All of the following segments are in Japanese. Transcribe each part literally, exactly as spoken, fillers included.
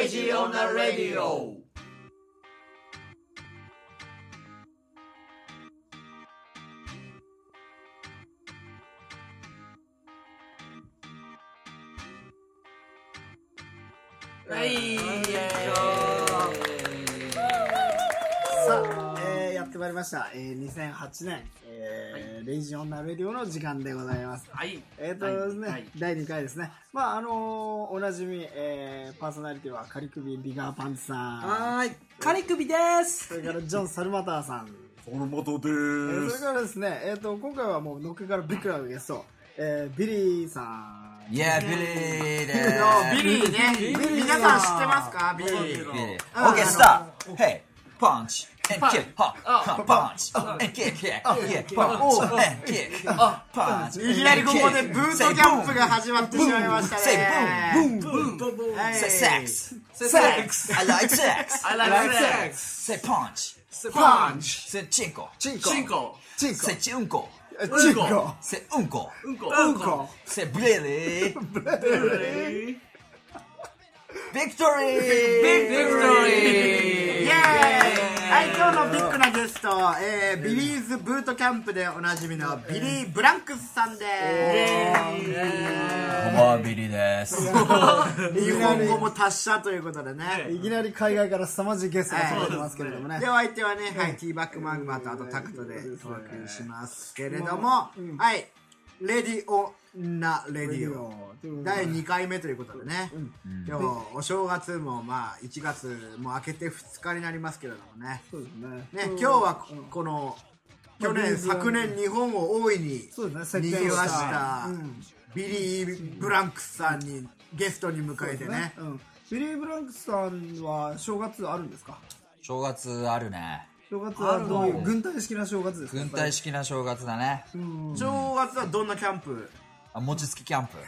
Lazy on the Radio。 はい、 さあ、えー、やってまいりました、えー、にせんはちねん、えーはい、レイジオンナレディオの時間でございます。 はい。 えっ、ー、とですね、はい、だいにかいですね。まああのー、おなじみ、えー、パーソナリティはカリクビビガーパンツさん。 はーい。カリクビです。 それからジョンサルマターさん。 サルマターでーす。えー、それからですね、えっ、ー、と今回はもうのっけからビッグなゲスト、えー、ビリーさん。 いや、ビリーでーす。ビリーね。ビリー皆さん知ってますか？ビリー。 ビリー。オッケー、スタート。ヘイ、パンチ、and kick、パンチ、and kick、パンチ、and kick、パンチ。 いきなりここでブートキャンプが始まってしまいましたね。 ブン、ブン、ブン、ブン。Say sex。 Say sex。 I like sex。 I like sex。 Say punch。 Say punch。 Say チンコ。 チンコ。 チンコ。 チンコ。 Say チンコ。 チンコ。 Say うんこ。 うんこ。 うんこ。 Say ブレリー。 ブレリー。 ビクトリー。 ビクトリー。イエーイ。はい、今日のビッグなゲスト、えー、ビリーズブートキャンプでおなじみのビリー・ブランクスさんです。 こんばんは、ビリーです。 日本語も達者ということでね。 いきなり海外から凄まじいゲストが届いてますけれどもね。 で、お相手はね、はい、ティーバックマグマとあとタクトでお送りしますけれども、はい、レディオナレディオだいにかいめということでね、今日お正月もまあいちがつも明けてふつかになりますけれどもね。 そうですね。 ね、今日はこの去年昨年日本を大いに賑わしたビリー・ブランクスさんにゲストに迎えてね。 ビリー・ブランクスさんは正月あるんですか？ 正月あるね。 正月はどういう軍隊式な正月ですか？ 軍隊式な正月だね。 正月はどんなキャンプ？ あ、餅つきキャンプ。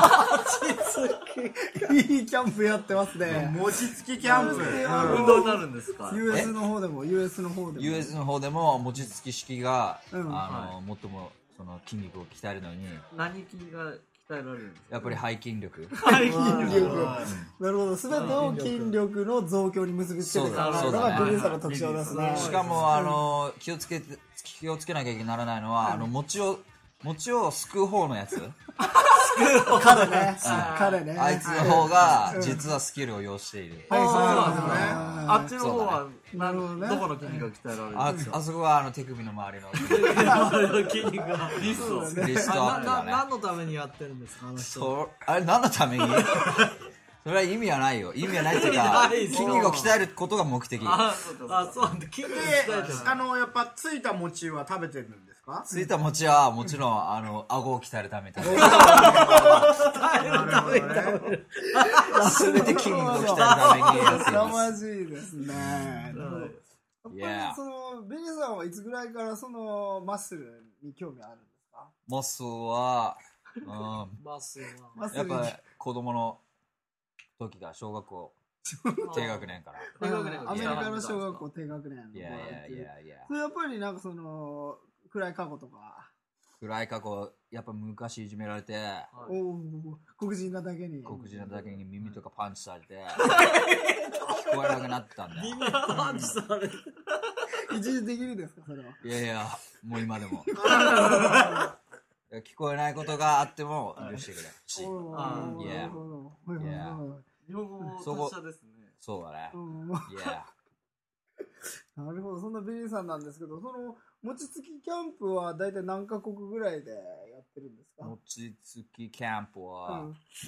いいキャンプやってますね。 餅つきキャンプ。 運動になるんですか？ ユーエス の方でも ユーエス の方でもユーエス の方でも餅つき式が、あの最もその筋肉を鍛えるのに何筋が鍛えられるんですか？ やっぱり背筋力。 背筋力。なるほど。全てを筋力の増強に結びつけてるのがビリーさんの特徴ですね。 しかもあの気をつけて気をつけなきゃいけならないのはあの餅を餅をすくう方のやつ。 彼ね。彼ね。 あいつの方が実はスキルを要している。 はい、そうなんですね。あっちの方はどこの筋肉が鍛えられるんですか？ あそこはあの手首の周りの筋肉がリスト。 リストアップだね。 何のためにやってるんですか？あの人。 あれ何のために？それは意味はないよ。意味はないっていうか、筋肉を鍛えることが目的。 あ、そうなんだ。筋肉を鍛えてる。 あの、やっぱついた餅は食べてるんですか？ ついた餅はもちろん、あの、顎を鍛えるために食べる。すべて筋肉を鍛えるためにやってい凄ま。 ますじいですね。やっぱりその、ビリーさんはいつぐらいからそのマッスルに興味あるんですか？ マッスルは、うん、 マッスルは。 やっぱ子供の時が小学校低学年から。 低学年。アメリカの小学校低学年。 いやいやいやいや。 それやっぱりなんかその、暗い過去とか。 暗い過去、やっぱ昔いじめられて、 おお、黒人なだけに。 黒人なだけに耳とかパンチされて、聞こえなくなったんだよ。 耳パンチされて。 一時的にですか、それは。 いやいや、もう今でも。聞こえないことがあっても許してくれ。 いや。 日本語も達者ですね。 そうだね。 なるほど、そんなビリーさんなんですけど、その餅つきキャンプは大体何カ国ぐらいでやってるんですか？ 餅つきキャンプは、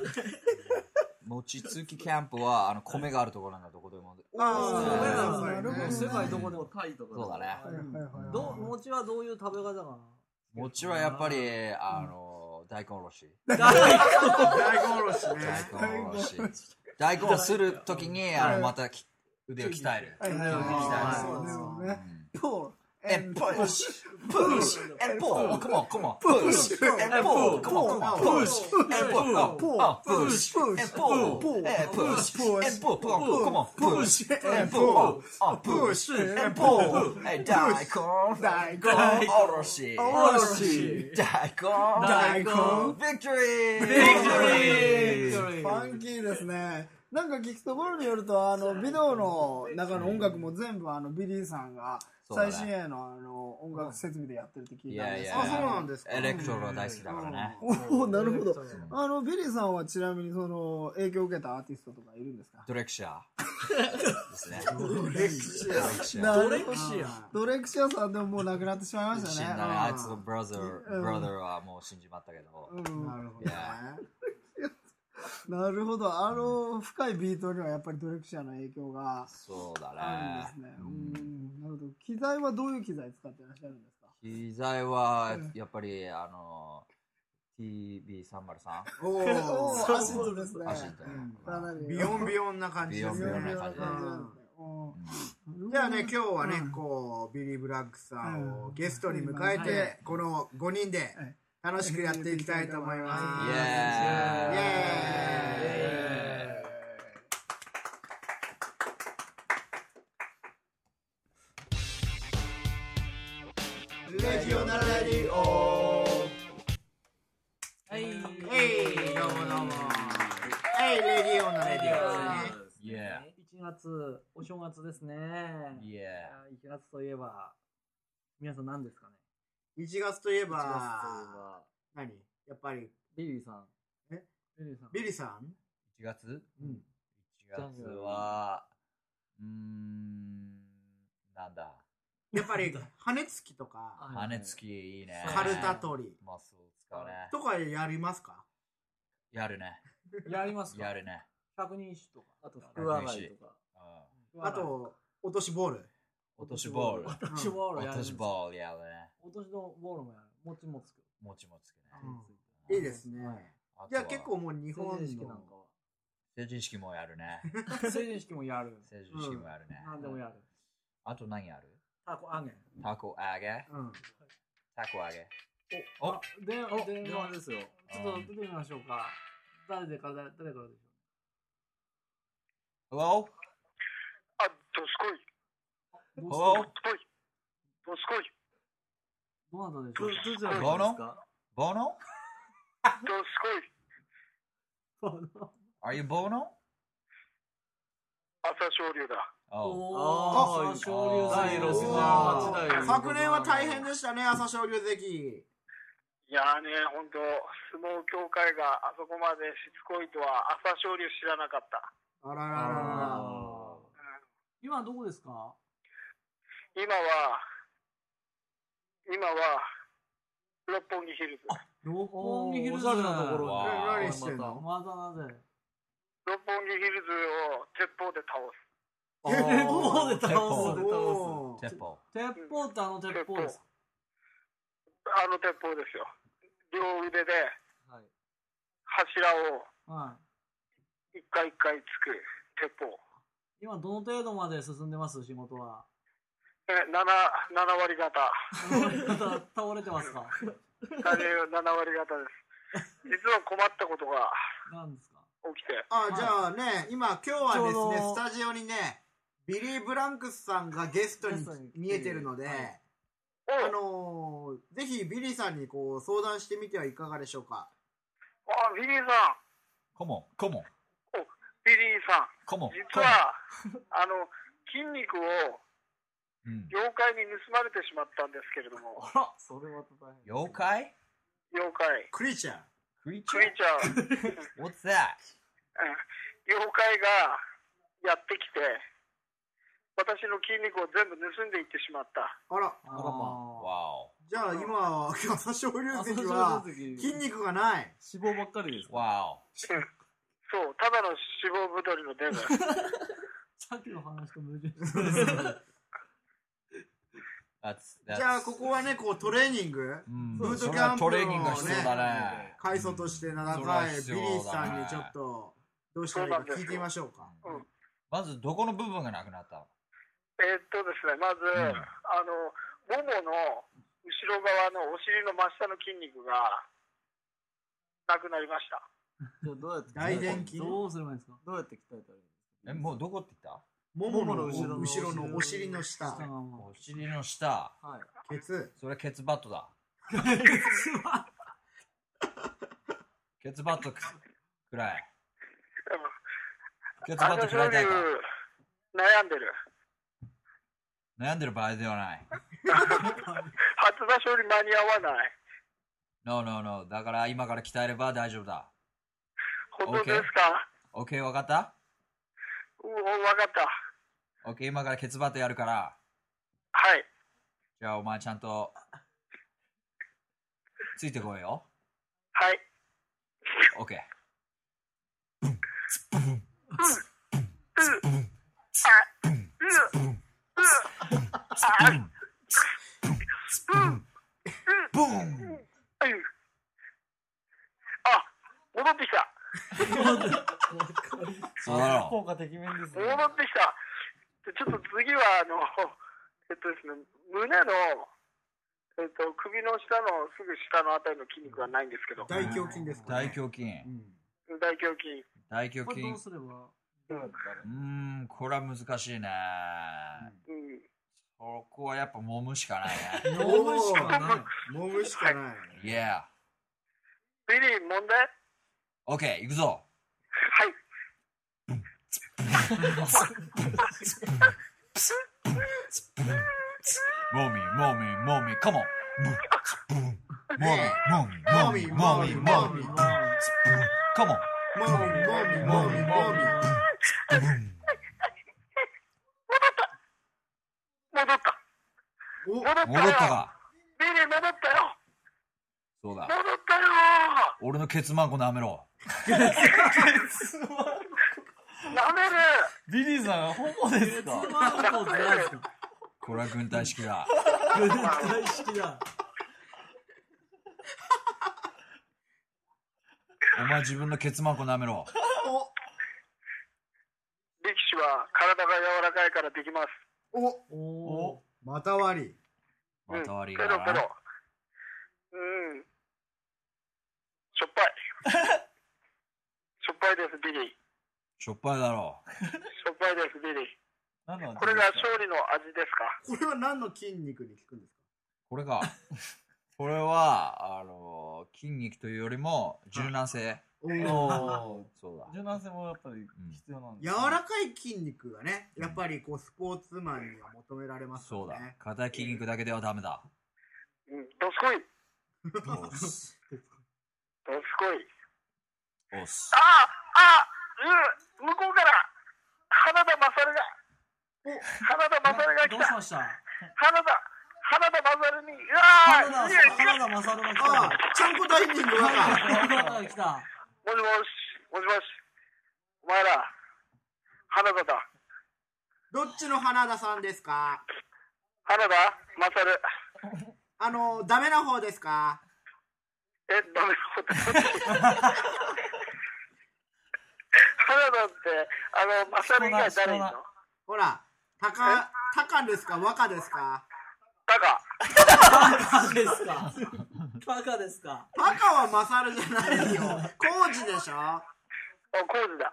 餅つきキャンプはあの米があるところなんだ、どこでも。 ああ、米なんですね。世界どこでもタイとか。 そうだね。 餅はどういう食べ方かな？ 餅はやっぱりあの大根おろし。 大根おろしね。 大根おろし。大根をするときにあのまた腕を鍛える。 はいはいはいはい。ポー and push, push and pull. Come on, come on. Push and pull. Come on, come on. Push and pull. Push and pull. And push and pull. Come on, push and pull. Push and pull. Hey, 大根、大根、おろし、おろし、大根、大根、victory, victory. ァンキーですね。なんか聞くところによると、あの、ビデオの中の音楽も全部あの、ビリーさんが、最新鋭のあの、音楽設備でやってるって聞いたんです。 あ、そうなんですか。 エレクトロ大好きだからね。 おお、なるほど。あの、ビリーさんはちなみにその、影響を受けたアーティストとかいるんですか？ ドレクシャーですね。 ドレクシャー。 ドレクシャー。 ドレクシャーさんでももう亡くなってしまいましたね。 死んだね。あいつのブラザー、ブラザーはもう死んじまったけど。 うん、 なるほどね。 なるほど。あの深いビートにはやっぱりドレクシャーの影響がそうだね。 あるんですね。うん。なるほど。機材はどういう機材使ってらっしゃるんですか？ 機材はやっぱりあの ティービーさんまるさん。 おお、アシッドですね。 アシッド。 ビヨンビヨンな感じですね。 ビヨンビヨンな感じですね。じゃあね、今日はね、こうビリー・ブラックさんをゲストに迎えて、このごにんで楽しくやっていきたいと思います。 イエーイ。イエーイ。 レディオナレディオ。 はい。 えい、どうもどうも。はい、レディオナレディオですね。 イエーイ。 いちがつ、お正月ですね。 イエいちがつといえば、皆さん何ですかね？ いちがつといえいちがつといえば、 ば、 何やっぱり、 ビリーさん。 えビリーさん。 ビリーさんいちがつ？ うん。 いちがつは、うーん、なんだ。 やっぱり、羽根つきとか、 羽根つきいいね。 カルタ取り。 まあそう使うね。 とかやりますか？ やるね。 やりますか？ やるね。 百人一首とか、あと福上がりとか。 あと、落としボール。 落としボール。 落としボールやる。 落としボールやるね。 落としのボールもやる。餅もつく。 餅もつくね。いいですね。じゃあ結構もう日本の成人式なんかは。 成人式もやるね。 成人式もやる。 成人式もやるね。 何でもやる。 あと何やる？ タコ揚げ。 タコ揚げ？うん。タコ揚げ。 お、お、電話、電話ですよ。ちょっと出てみましょうか。誰でか、誰からでしょう。 Hello? あ、どすこい。 Hello? どすこい。どすこい。 どなたでしょう。 どちらですか？ボノ？ どすこい。 ボノ Are you Bono? 朝青龍だ。 おー、朝青龍関ろくじゅうはちだい。 昨年は大変でしたね、朝青龍関。 いやーね、ほんと、相撲協会があそこまでしつこいとは朝青龍知らなかった。 あらららら。 今どこですか？ 今は、今は、六本木ヒルズ。 六本木ヒルズ。 おしゃれなところに。何してんの？ またなぜ？ 六本木ヒルズを鉄砲で倒す。 鉄砲で倒す。 鉄砲。 鉄砲ってあの鉄砲です。 あの鉄砲ですよ。両腕で、柱を、一回一回つく鉄砲。 今どの程度まで進んでます仕事は？ え、七、七割方。 七割方倒れてますか？ 七割方です。実は困ったことが。 何ですか？ 起きて。 あ、じゃあね、今、今日はですね、スタジオにね、ビリー・ブランクスさんがゲストに見えてるので、あのー、ぜひビリーさんにこう相談してみてはいかがでしょうか。 あ、ビリーさん。 コモン、コモン。 お、ビリーさん。 コモン。 実は、あの、筋肉を、妖怪に盗まれてしまったんですけれども。 あら、それは大変。 妖怪？ 妖怪。 クリーチャー。 クリーチャー。 What's that? 妖怪がやってきて、私の筋肉を全部盗んでいってしまった。 あら。 あらまあ。 わお。 じゃあ今、朝青龍関は筋肉がない。 脂肪ばっかりです。 わお。 そう、ただの脂肪太りのデブ。 さっきの話と矛盾してる。 じゃあここはね、こうトレーニング、ブートキャンプのね、階層として名高いビリーさんにちょっとどうしたらいいか聞いてみましょうか。 まずどこの部分がなくなったの？ えっとですね、まず、あの、ももの後ろ側のお尻の真下の筋肉がなくなりました。 じゃあどうやって大臀筋どうすればいいんですか？どうやって鍛えたらいいんですか？ え、もうどこって言った？ ももの後ろのお尻の下。 お尻の下。 はい。 ケツ。 それケツバットだ。ケツバットくらい。 ケツバット食らいたいか。 悩んでる。 悩んでる場合ではない。 初場所に間に合わない。 No, no, no. だから今から鍛えれば大丈夫だ。 本当ですか？ OK、わかった？ うん、わかった。 OK、今からケツバットやるから。 はい。 じゃあお前ちゃんとついてこいよ。 はい。 OK。 あ、戻ってきた。 そうだろう。 効果てきめんですね。 戻ってきた。ちょっと次はあのえっとですね、胸のえっと首の下のすぐ下のあたりの筋肉はないんですけど。 大胸筋ですか、 ね。大胸筋。 うん、大胸筋。 大胸筋。 これどうすれば？ うーん、これは難しいね。うん。そこはやっぱ揉むしかないね。 揉むしかない。揉むしかない。 Yeah。 ビリー、問題？ OK、行くぞ。 はい。 モミ、モミ、モミ、カモン。モミ、モミ、モミ、モミ、モミ、カモン。 モミ、モミ、モミ、モミ。 戻った。戻った。 戻ったか。 ビリー戻ったよ。 そうだ。 戻ったよ。 俺のケツマンコ舐めろ。 舐める。 ビリーさん、ホモですか？ これは軍隊式だ。 軍隊式だ。 お前自分のケツマンコ舐めろ。 力士は体が柔らかいからできます。 おおまた割り。 また割りがな。 ペロペロ。うん。しょっぱい。しょっぱいです、ビリー。 しょっぱいだろう。 しょっぱいです、ビリー。これが勝利の味ですか？ これは何の筋肉に効くんですか？ これが、これは、あの、筋肉というよりも柔軟性。 おお、 そうだ。 柔軟性もやっぱり必要なんです、 ね、柔らかい筋肉がね、やっぱりこうスポーツマンには求められますからね。 そうだ。硬い筋肉だけではダメだ。 うん、どすこい。 どす。 どすこい。 おす。 ああ、うん、向こうから花田勝が、花田勝が来た。 どうしました？ 花田、花田勝に、うわー、花田、花田勝が来た。 あ、ちゃんこダイニングが来た。 もしもし、もしもし、お前ら、花田だ。 どっちの花田さんですか？ 花田勝。 あの、ダメな方ですか？ え、ダメな方って花田って、あの、勝以外誰いるの？ ほら、タカ、タカですか？ワカですか？ タカ。 タカですか？タカですか？ タカはマサルじゃないよ。コウジでしょ？あ、 コウジだ。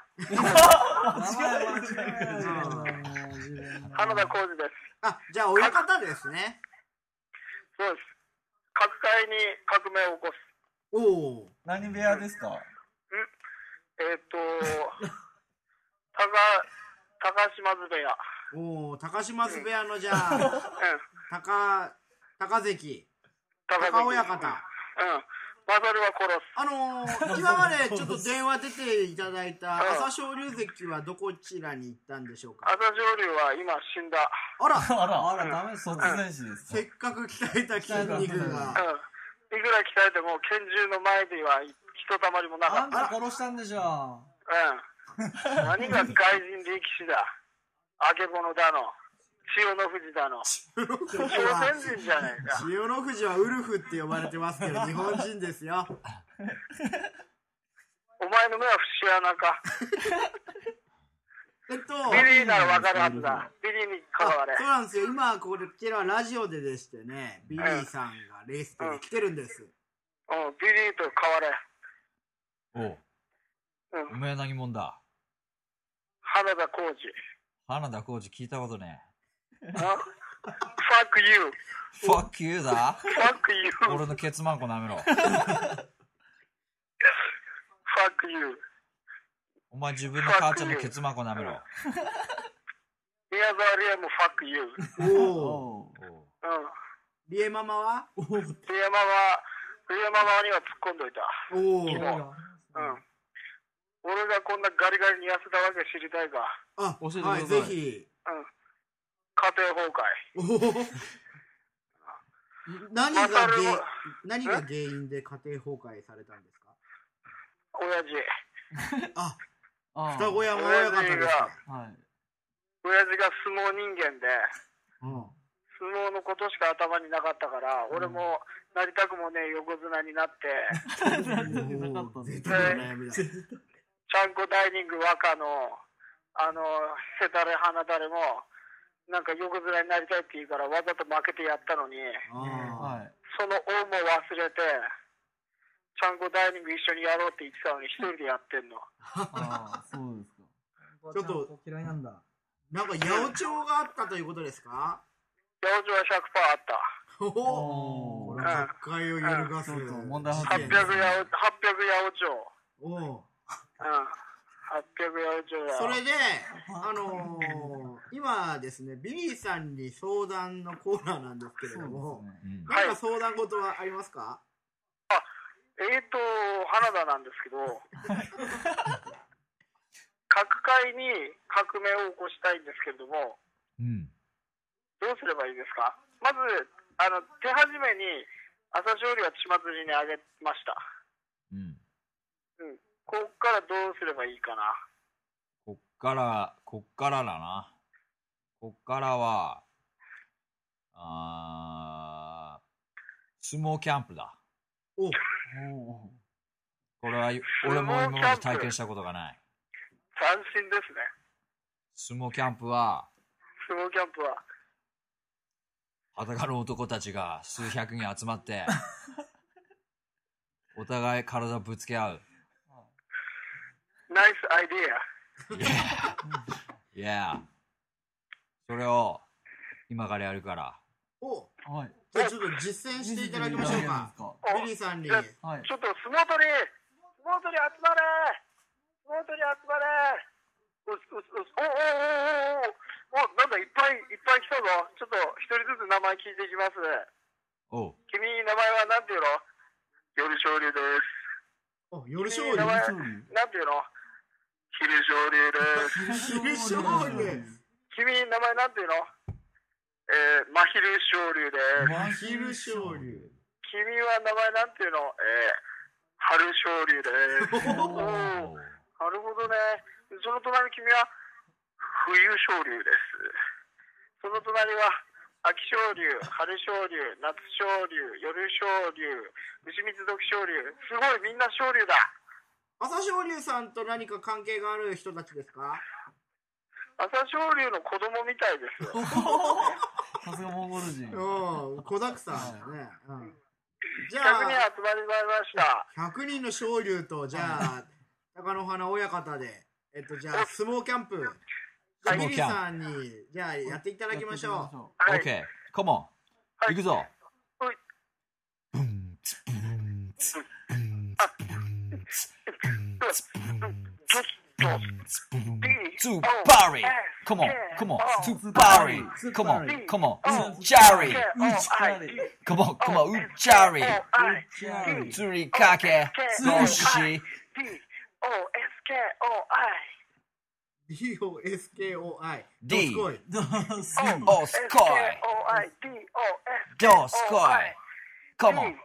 花田コウジです。 あ、じゃあ親方ですね。 そうです。各界に革命を起こす。 おお。 何部屋ですか？んえー、っと、高、高島津部屋。 おお、高島津部屋のじゃあ、うん、高、高関。高親方。うん。 マサルは殺す。 あのー、今までちょっと電話出ていただいた朝青龍関はどこちらに行ったんでしょうか？ 朝青龍は今死んだ。 あらあら、あら、ダメ、突然死です。 せっかく鍛えた筋肉が。うん。いくら鍛えても拳銃の前ではひとたまりもなかった。 あんた殺したんでしょ。 うん。何が外人力士だ。あけぼのだの。千代の富士だの。朝鮮人じゃねえか。 千代の富士はウルフって呼ばれてますけど、日本人ですよ。 お前の目は節穴か。 えっと、 ビリーならわかるはずだ。ビリーに関われ。 そうなんですよ。今、こちらはラジオででしてね、ビリーさんがレースで来てるんです。 うん、うん、ビリーと変われ。 おう。うん、お前何者だ？ 花田浩二。 花田浩二聞いたことねえ。 Fuck you. Fuck you だ。 Fuck you. 俺のケツマンコ舐めろ。 Fuck you. おお前自分の母ちゃんのケツマコ舐めろ。 宮沢りえも fuck you。 おお。 うん。 りえママはりえママ、りえママには突っ込んどいた。 おお。 昨日。うん。俺がこんなガリガリに痩せたわけ知りたいか。 あ、 教えてください。 はい、ぜひ。 うん。家庭崩壊。 おお。何が原因、何が原因で家庭崩壊されたんですか？ 親父。 あ、双子山親方ですか？ はい。 親父が相撲人間で、 うん、 相撲のことしか頭になかったから、うん、俺もなりたくもねえ横綱になって、 絶対悩みだ。 ちゃんこダイニング和歌の、あの、せたれ花だれも、なんか横綱になりたいって言うからわざと負けてやったのに、 あその恩も忘れて、ちゃんこダイニング一緒にやろうって言ってたのに一人でやってんの。 ああ、そうですか。 ちょっと嫌いなんだ。 なんか八百長があったということですか？ 八百長は ひゃくパーセント あった。 おお、各界を揺るがす問題発言。 はっぴゃく八百長。 おお。うん。 はっぴゃく八百長だ。 それで、あのー、今ですね、ビリーさんに相談のコーナーなんですけれども、ね、何か相談事はありますか？ あ、えーと、花田なんですけど、各界に革命を起こしたいんですけれども、 うん、 どうすればいいですか？まず、あの、手始めに朝青龍は島津にあげました。 うん。 うん。こっからどうすればいいかな。 こっから、こっからだな。こっからは、あー、相撲キャンプだ。 おお。 これは、俺も今まで体験したことがない。 斬新ですね。 相撲キャンプは、 相撲キャンプは、 裸の男たちが数百人集まって、お互い体ぶつけ合う。 ナイスアイディア。 いや。それを今からやるから。 お、はい。じゃあちょっと実践していただきましょうか。ビリーさんに。はい、 ちょっと相撲取り、相撲取り集まれ。相撲取り集まれ。うすうすうす。おおおおおお。お、なんだいっぱいいっぱい来たぞ。ちょっと一人ずつ名前聞いていきます。 おう。 君名前はなんていうの？夜昇龍です。 お、夜昇龍。 なんていうの？昼昇龍です。 昼昇龍。 君名前なんていうの？えー、真昼昇龍です。 真昼昇龍。 君は名前なんていうの？えー、春昇龍です。おお。なるほどね。その隣君は冬昇龍です。その隣は秋昇龍、春昇龍、夏昇龍、夜昇龍、牛水時昇龍。すごい、みんな昇龍だ。 朝青龍さんと何か関係がある人たちですか？ 朝青龍の子供みたいですよ。 さすがモンゴル人。 うん、子だくさんだね。うん、 じゃあ、ひゃくにん集まりました。 ひゃくにんの昇龍と、じゃあ、貴乃花親方で、えっと、じゃあ、相撲キャンプ。ビリーさんに、じゃあ、やっていただきましょう。オッケー、カモン。行くぞ。 はい。 ブンツブンツブンツブンツブンツブンツブンツ to Barry. Come on, come on, to Barry. Come on, come on, Uchari. Come on, come on, Uchari. Tsurikake, Doshi. D O S K O I D O S K O I D O S K O I Doすこい Come on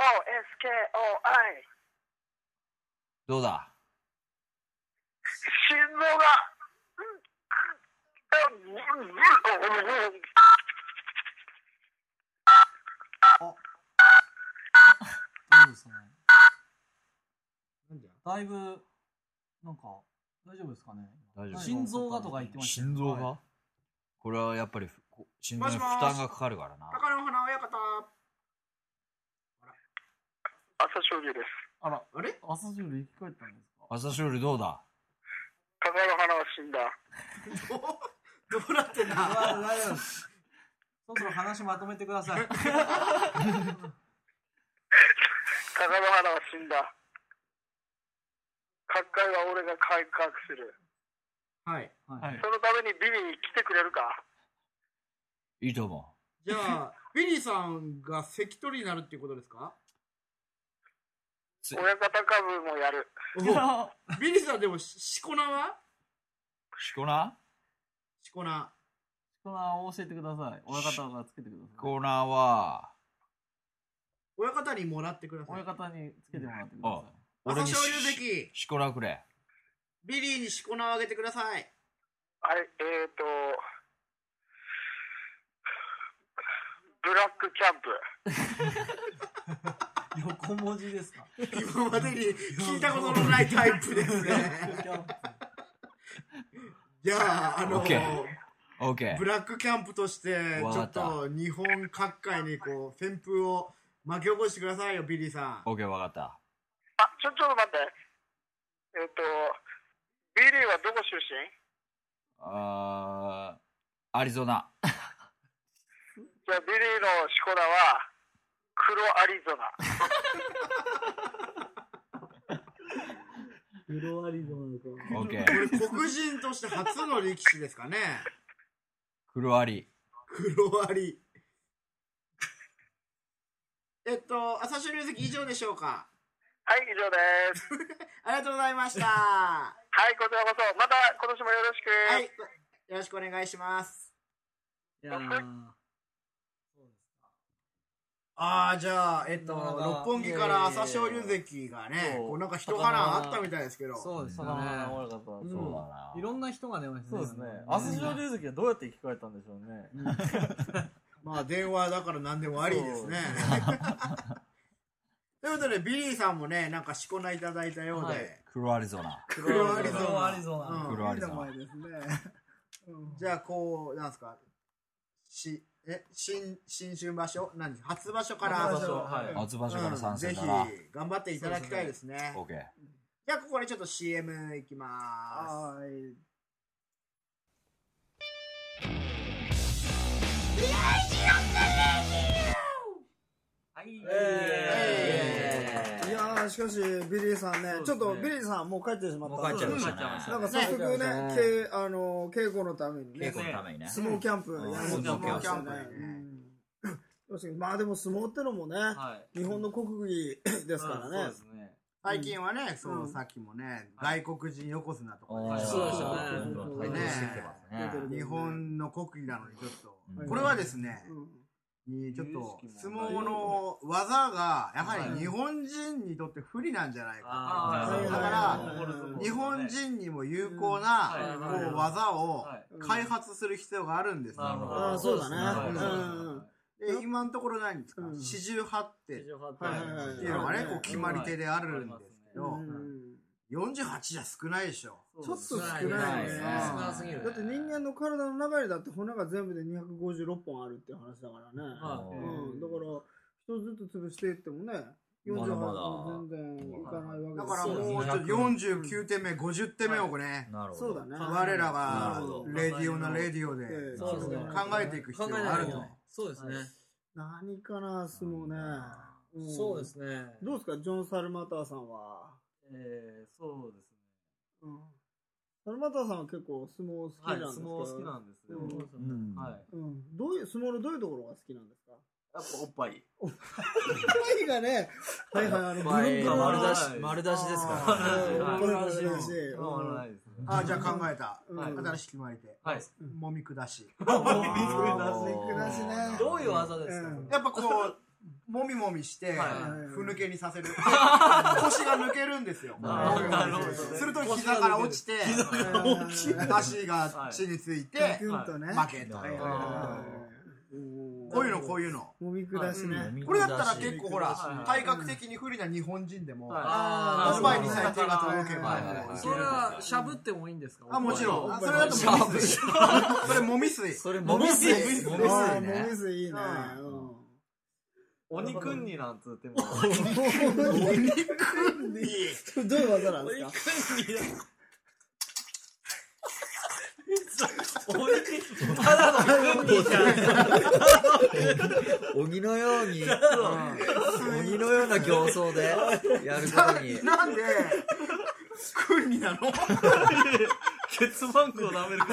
どうだ心臓がどうですかねだいぶなんか大丈夫ですかね。大丈夫。心臓がとか言ってました。 心臓が、はい、これはやっぱり心臓に負担がかかるからな。 貴乃花親方。 朝青龍です。 あら、 あれ？ 朝青龍生き返ったんですか。 朝青龍どうだ。 貴乃花は死んだ。 どうどうなってんだ。 大丈夫です。そろそろ話まとめてください。貴乃花は死んだ。 各界は俺が改革する。 はい。 はい。 そのためにビリー来てくれるか？ いいと思う。じゃあ、ビリーさんが関取になるっていうことですか？ 親方株もやる。 ビリーさんでもしこ名は？ しこ名？ しこ名。 しこ名を教えてください。親方がつけてください。 しこ名は親方にもらってください。 親方につけてもらってください。 朝青龍関。 しこ名くれ。 ビリーにしこ名をあげてください。 はい、えーと、ブラックキャンプ。 横文字ですか？ 今までに聞いたことのないタイプですね。じゃあ、あの、 OK。 ブラックキャンプとして、ちょっと日本各界にこう、旋風を巻き起こしてくださいよ、ビリーさん。 OK、わかった。 あ、ちょ、ちょっと待って。えっと、ビリーはどこ出身？ あー、アリゾナ。 じゃあ、ビリーのしこ名は、黒アリゾナ。 黒アリゾナか。 オッケー。 これ黒人として初の力士ですかね。 黒アリ。 黒アリ。えっと、朝青龍関以上でしょうか？ はい、以上です。 ありがとうございました。 はい、こちらこそ。また今年もよろしく。 はい、よろしくお願いします。 いやー。 ああ、じゃあ、えっと、六本木から朝青龍関がね、こうなんか一花あったみたいですけど。 そうですね。 そうだな。 いろんな人が出ましたね。 そうですね。朝青龍関はどうやって生き返ったんでしょうね。 まあ、電話だから何でもありですね。ということで、ビリーさんもね、なんかしこ名いただいたようで。 黒アリゾナ。 黒アリゾナ。 黒アリゾナ。 黒アリゾナ。 じゃあ、こう、なんですか。し、え、新、新春場所何初場所から。 初場所。はい。 初場所から参戦だな。ぜひ、頑張っていただきたいですね。 オッケー。 じゃあ、ここでちょっと シーエム いきまーす。はい。 はい。 えー、いやー、しかし、ビリーさんね、ちょっとビリーさんもう帰ってしまった。 もう帰っちゃいましたね。 なんか早速ね、けあの稽古のためにね、 稽古のためにね、 相撲キャンプやる相撲キャンプね。まあでも相撲ってのもね、日本の国技ですからね。 最近はね、そう、さっきもね、外国人横綱とかね。 そうですね。日本の国技なのにちょっと、これはですね、ちょっと相撲の技がやはり日本人にとって不利なんじゃないか。だから日本人にも有効なこう技を開発する必要があるんですよ。 ああ、そうだね。 で、今のところ何ですか？四十八手っていうのがね、こう決まり手であるんですけど、よんじゅうはちじゃ少ないでしょ。 ちょっと少ないね。 少なすぎる。 だって人間の体の中にだって骨が全部でにひゃくごじゅうろっぽんあるっていう話だからね。うん。だから、一つずつ潰していってもね、よんじゅうはちも全然いかないわけです。 だからもうちょっとよんじゅうきゅうてんめ、ごじゅってんめをね、 そうだね。 我らがレディオなレディオで考えていく必要があると。 そうですね。 何かな、相撲ね。 そうですね。 どうですか、ジョン・サルマターさんは。 えー、そうですね。 うん。サルマターさんは結構相撲好きなんですか？ 相撲好きなんですよ。 はい。うん。どういう、相撲のどういうところが好きなんですか？ やっぱおっぱい。 おっぱいがね、はいはい、あの、 丸出し、丸出しですから。 丸出し。 あ、じゃあ考えた。新しい決まり手。 はい。 もみ下し。 もみ下しね。 どういう技ですか？ やっぱこう、もみもみして、ふぬけにさせる。腰が抜けるんですよ。すると膝から落ちて、足が地について、負けと。こういうの、こういうの。 もみ下しね。 これだったら結構ほら、体格的に不利な日本人でも、おっぱいにさえ手が届けば。 それは、しゃぶってもいいんですか？ あ、もちろん。それだともみ水。それもみ水。 それもみ水。 もみ水いいね。 鬼くんになんつっても。 鬼くんにどういう技なんですか？ ただのくんにじゃん。 鬼のように、鬼のような形相でやることに。 なんで、 クーニなの？ ケツバンクを舐めるから。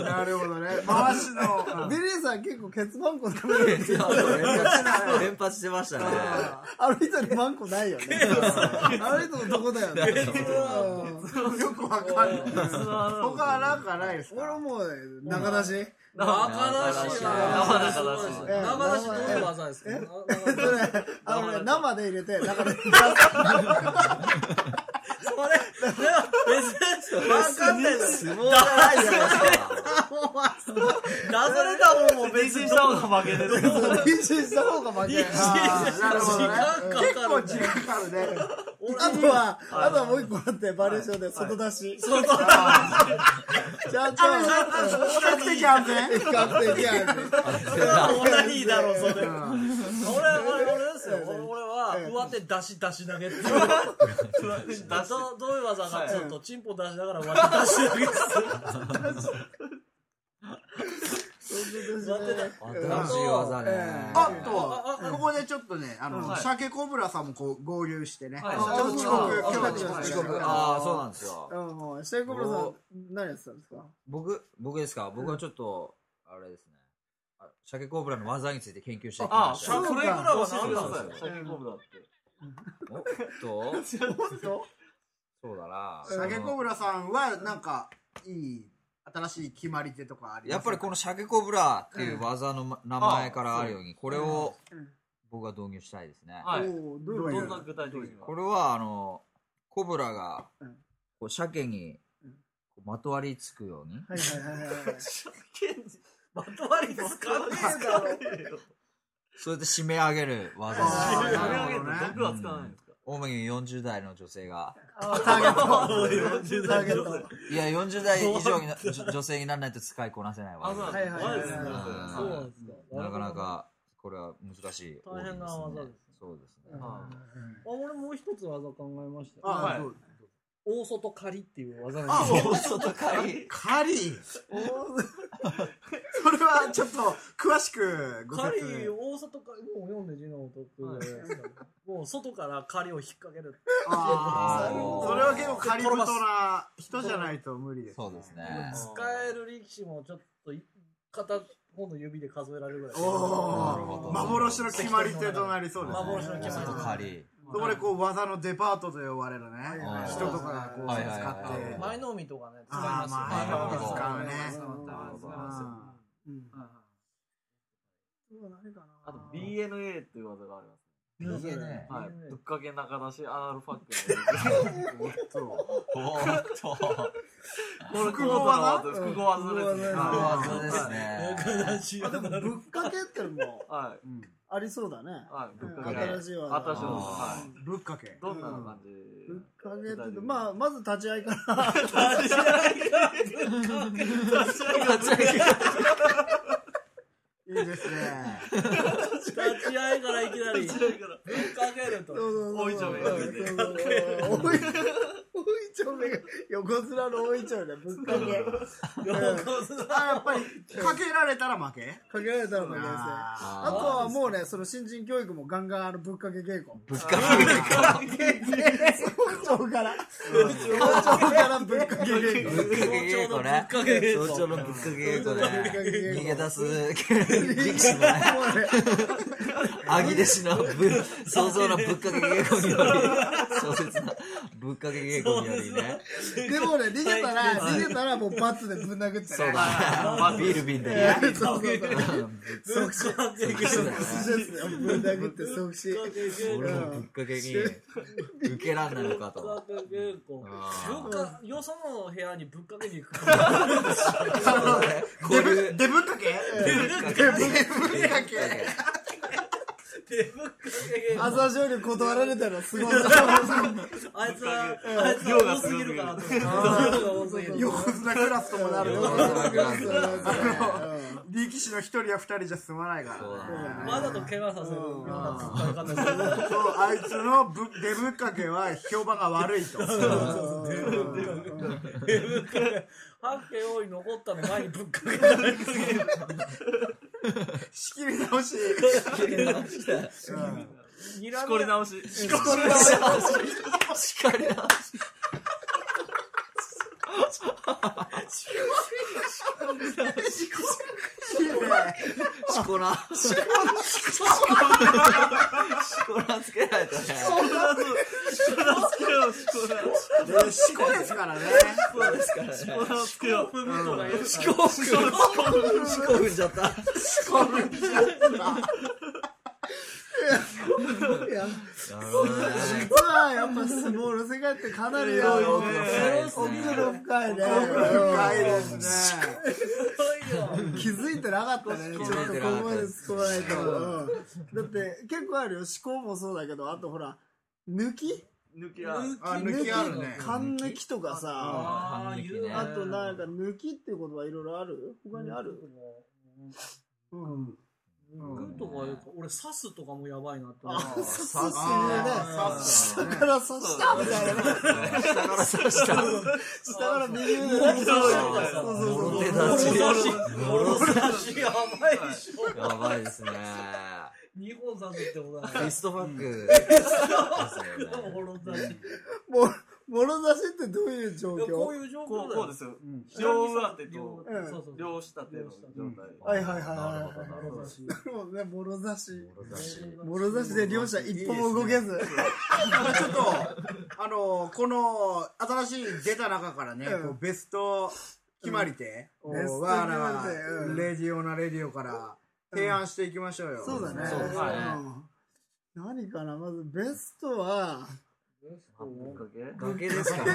なるほどね。回しの。 ビリーさん結構ケツマンコ食べるんですよ。 連発してましたね。 あの人にマンコないよね。あの人のとこだよね。 よくわかんない。他はなんかないですか？ 俺もう中出し。 中出しは中出しどういう技ですか？ あのね、生で入れて中で。 それ、別に、わかんない相撲じゃないじゃないですか。 出されたもんも別にした方が負けですよ。 練習した方が負け。 なるほどね。結構時間かかるね。 あとは、あとはもう一個あって、バリエーションで外出し。 外出し。 ちゃんと、 比較的安全？ 比較的安全。 それは俺はいいだろう、それ。俺、俺、俺ですよ。俺は、上手出し出し投げって。どういう技かっていうと、チンポ出しながら上手出し投げです。 新しい技ね。 あと、ここでちょっとね、あの、鮭コブラさんもこう合流してね。ちょっと遅刻、今日は遅刻。 ああ、そうなんですよ。 うん、鮭コブラさん、何やってたんですか？ 僕、僕ですか？僕はちょっと、あれですね。鮭コブラの技について研究してきああ、 ました。 それぐらいは何なんですか？鮭コブラって。 おっとそうだな。 鮭コブラさんは、なんか、いい、新しい決まり手とかありますか？ やっぱりこの鮭コブラっていう技の名前からあるように、これを僕は導入したいですね。 はい。どんな具体的には？ これは、あの、コブラが、こう鮭にまとわりつくように。 はいはいはいはい。 鮭にまとわりつかねえだろ。 それで締め上げる技です。 締め上げるの毒は使わないんですか？ 主によんじゅう代の女性が。 ターゲット。よんじゅう代。 いや、よんじゅう代以上に女性にならないと使いこなせない技。 はいはいはい。そうなんですか。 なかなか、これは難しい。 大変な技です。 そうですね。 あ、俺もう一つ技考えました。 はい。 大外刈りっていう技なんですよ。 大外刈り。 刈り。それはちょっと詳しくご説明。 刈り、大外刈り、もう読んで字の音ってもう外から刈りを引っ掛ける。 ああ。それは結構刈り太な人じゃないと無理です。 そうですね。 使える力士もちょっと片方の指で数えられるぐらい。 おお。幻の決まり手となりそうですね。 幻の決まり手。 大外刈り。 そこでこう技のデパートと呼ばれるね、人とかがこう使って前の海とかね使いますよね。 前の海使うね。 あと ビーエヌエー っていう技があります。 ビーエヌエー。 はい。ぶっかけ中出しアナルファック。 おっと。 おっと。 これ複合技複合技ですね。 複合技ですね。 中出しアナル。 ぶっかけってのもはいありそうだね。 はい。ぶっかけ。 新しい技。 新しい技。はい。 ぶっかけ。 どんな感じ？ ぶっかけってまあまず立ち合いから。 立ち合いから立ち合いから。 いいですね。 立ち合いからいきなりぶっかけると。大いちょめが出て。 大いちょめが横綱の大いちょめでぶっかけ。 横綱。 あ、やっぱりかけられたら負け？ かけられたら負けですね。あとはもうね、その新人教育もガンガンあのぶっかけ稽古。 ぶっかけ早朝から早朝からぶっかけ稽古。 ぶっかけ稽古ね。早朝のぶっかけ稽古ね。逃げ出す力士もね。アギ弟子の想像のぶっかけ稽古により、壮絶なぶっかけ稽古によりね。 でもね、逃げたら、逃げたらもうバツでぶん殴ってね。 そうだね。ビール瓶でね。 そうそうそう。即死。即死ですよ。ぶん殴って即死。 俺もぶっかけに受けらんないのかと。 ぶっかけ稽古。よその部屋にぶっかけに行く。 デブ、デブっかけ？デブっかけ。デブっかけ。 朝青龍断られたらすごい。 あいつは、あいつは多すぎるかなと。 横綱クラスともなると。力士の一人や二人じゃ済まないから。 わざと怪我させるような使い方する。 そう、あいつのデブっかけは評判が悪いと。 デブっかけ。八景多い残ったの前にぶっかけ。 仕切り直し。 仕切り直しだ。 にらみしこり直し。 しこり直し。 しかりな。しこら。しこらつけないとね。 しこらつけよう、しこら。 でしこですからね。 そうですからね。 しこらをつけよう。 しこふん。しこふんじゃった。 しこふんじゃった。 いや、実はやっぱ相撲の世界ってかなりあの、奥の深いね。 深いですね。 気づいてなかったね。ちょっとここまで突っ込まないと。だって結構あるよ。思考もそうだけど、あとほら、抜き抜きは。 あ、抜きあるね。 缶抜きとかさ、 あーあとなんか抜きっていう言葉いろいろある？他にある？うん。 グーとか俺刺すとかもやばいなって思う。 刺すっていうね。下から刺したみたいなね。 下から刺した。 下から右腕でね。そうそうそう。 手出し。 もろ差しやばいでしょ。 やばいですね。 二本刺すってことだね。 フィストファックですよね。 もろ差し。 もう、もろ差しってどういう状況？ こういう状況だよ。 こうですよ。両上手とうんそうそう両下手の状態。 はいはいはいはい。 もろ差し。 もうね、もろ差し。もろ差しで両者一歩も動けず。 ちょっと、あの、この新しい出た中からね、こうベスト決まり手を、 ベストわら決まり手うんレディオなレディオから提案していきましょうよ。 そうだね。 そうですねうん何かなまずベストは、 崖ですかね。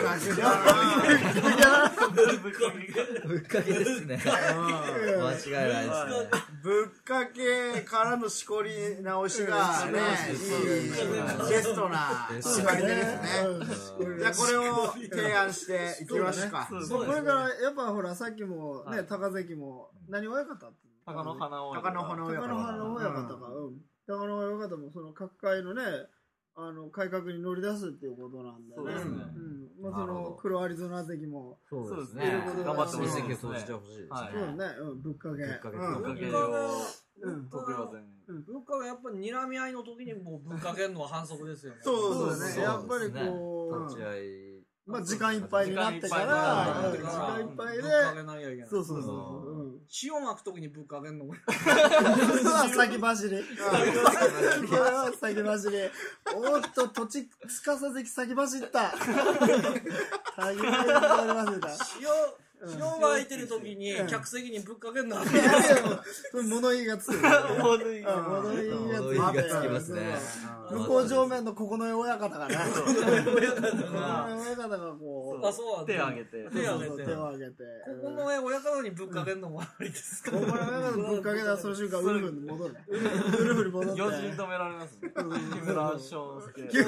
ぶっかけですね。間違いないですね。 ぶっかけからのしこり直しがね、いいベストな決まり手ですね。じゃあこれを提案していきますか。 これからやっぱほらさっきもね、高関も何親方って鷹の花を。 鷹の花親高野花の親方。 方が、うん。高野親方もその各界のね、あの、改革に乗り出すっていうことなんだよね。 そうですねうん。まあその、黒アリゾナ関も、 そうですね頑張ってほしい実ですね績を投じてほしいですはいそうね。 ね、うん、ぶっかけ。 ぶっかけうんぶっかけぶっかを。 うん得意技に。 ぶっかけやっぱり睨み合いの時にもうぶっかけるのは反則ですよね。 そうそうだね。やっぱりこ立ちう、 合い。 まあ時間いっぱいになってから、 はいうん時間いっぱいでぶっ、かけなきゃいけない。 そうそうそう。うん。 塩巻く時にぶっかけんのも。 先走り。先走り。おっと、土地つかさ関先走った。大変になりました。 塩、塩が空いてる時に客席にぶっかけんのは。 いやいや、それ物言いがつく。物言いが物言いがつきますね。 向こう正面のここの親方がね。ここの親方がこう、 あ、そう手を挙げて。 手を挙げて。 手を挙げて。 ここの親方にぶっかけんのもありですか？ ここの親方ぶっかけたらその瞬間、ウルフに戻る。ウルフに戻って。 四時に止められますね。木村翔介。 急に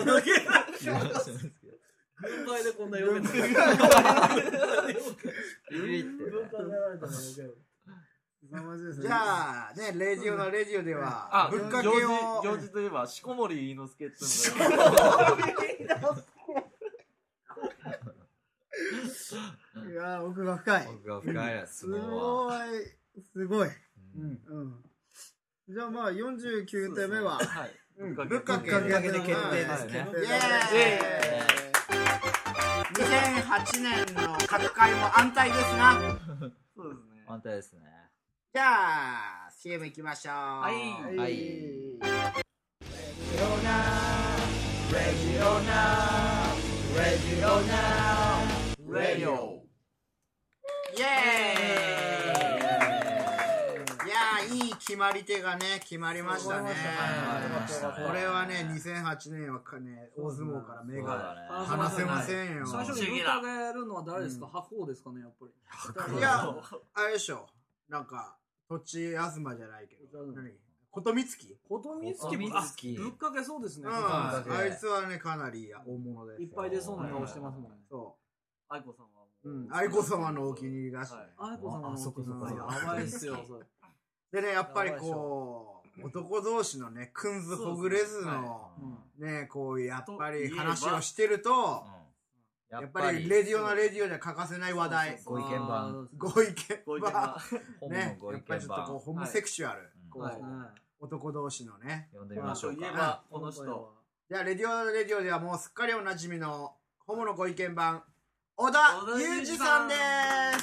軍配でこんな余計な。 ビビってね。 ぶっかけられたら余計。 じゃあ、ね、レディオなレディオではあ、、 ぶっかけ行事、 を、 行事といえば、しこもり猪之助っていうのが。 いやー、奥が深い。 僕が深いやつ。 すごい、すごい。うん。じゃあまあ、よんじゅうきゅうてんめは、 はい。ぶっかけ。 ぶっかけぶっかけで決定ですね。 イエーイにせんはちねんの各界も安泰ですな。 そうですね。 安泰ですね。 じゃあ、シーエム 行きましょう。 はいはい。 レジオナレジオナレジオナレイヨイエーイいやー、いい決まり手がね、決まりましたね。これはね、にせんはちねんはかね、大相撲から目が離せませんよ。 最初にぶっかけるのは誰ですか？白鵬ですかね、やっぱり。 いや、あれでしょ。なんか、土地東じゃないけど。何琴光月琴光琴月光月ぶっかけそうですね。 うん。あいつはね、かなり大物です。 いっぱい出そうな顔してますもんね。 そ愛子さんはう。うん。愛子様のお気に入りだしね。 あいこさんのあそこそこやばいっすよ、それ。 でね、やっぱりこう、男同士のね、くんずほぐれずの、ね、こう、やっぱり話をしてると、やっぱりレディオなレディオでは欠かせない話題。 ご意見番。 ご意見ご意見番が。 ね、やっぱりちょっとこう、ホモセクシュアル。こう、 男同士のね。 呼んでみましょうか。 言えば、この人。 じゃあ、レディオレディオではもうすっかりおなじみの、ホモのご意見番、小田裕二さんです。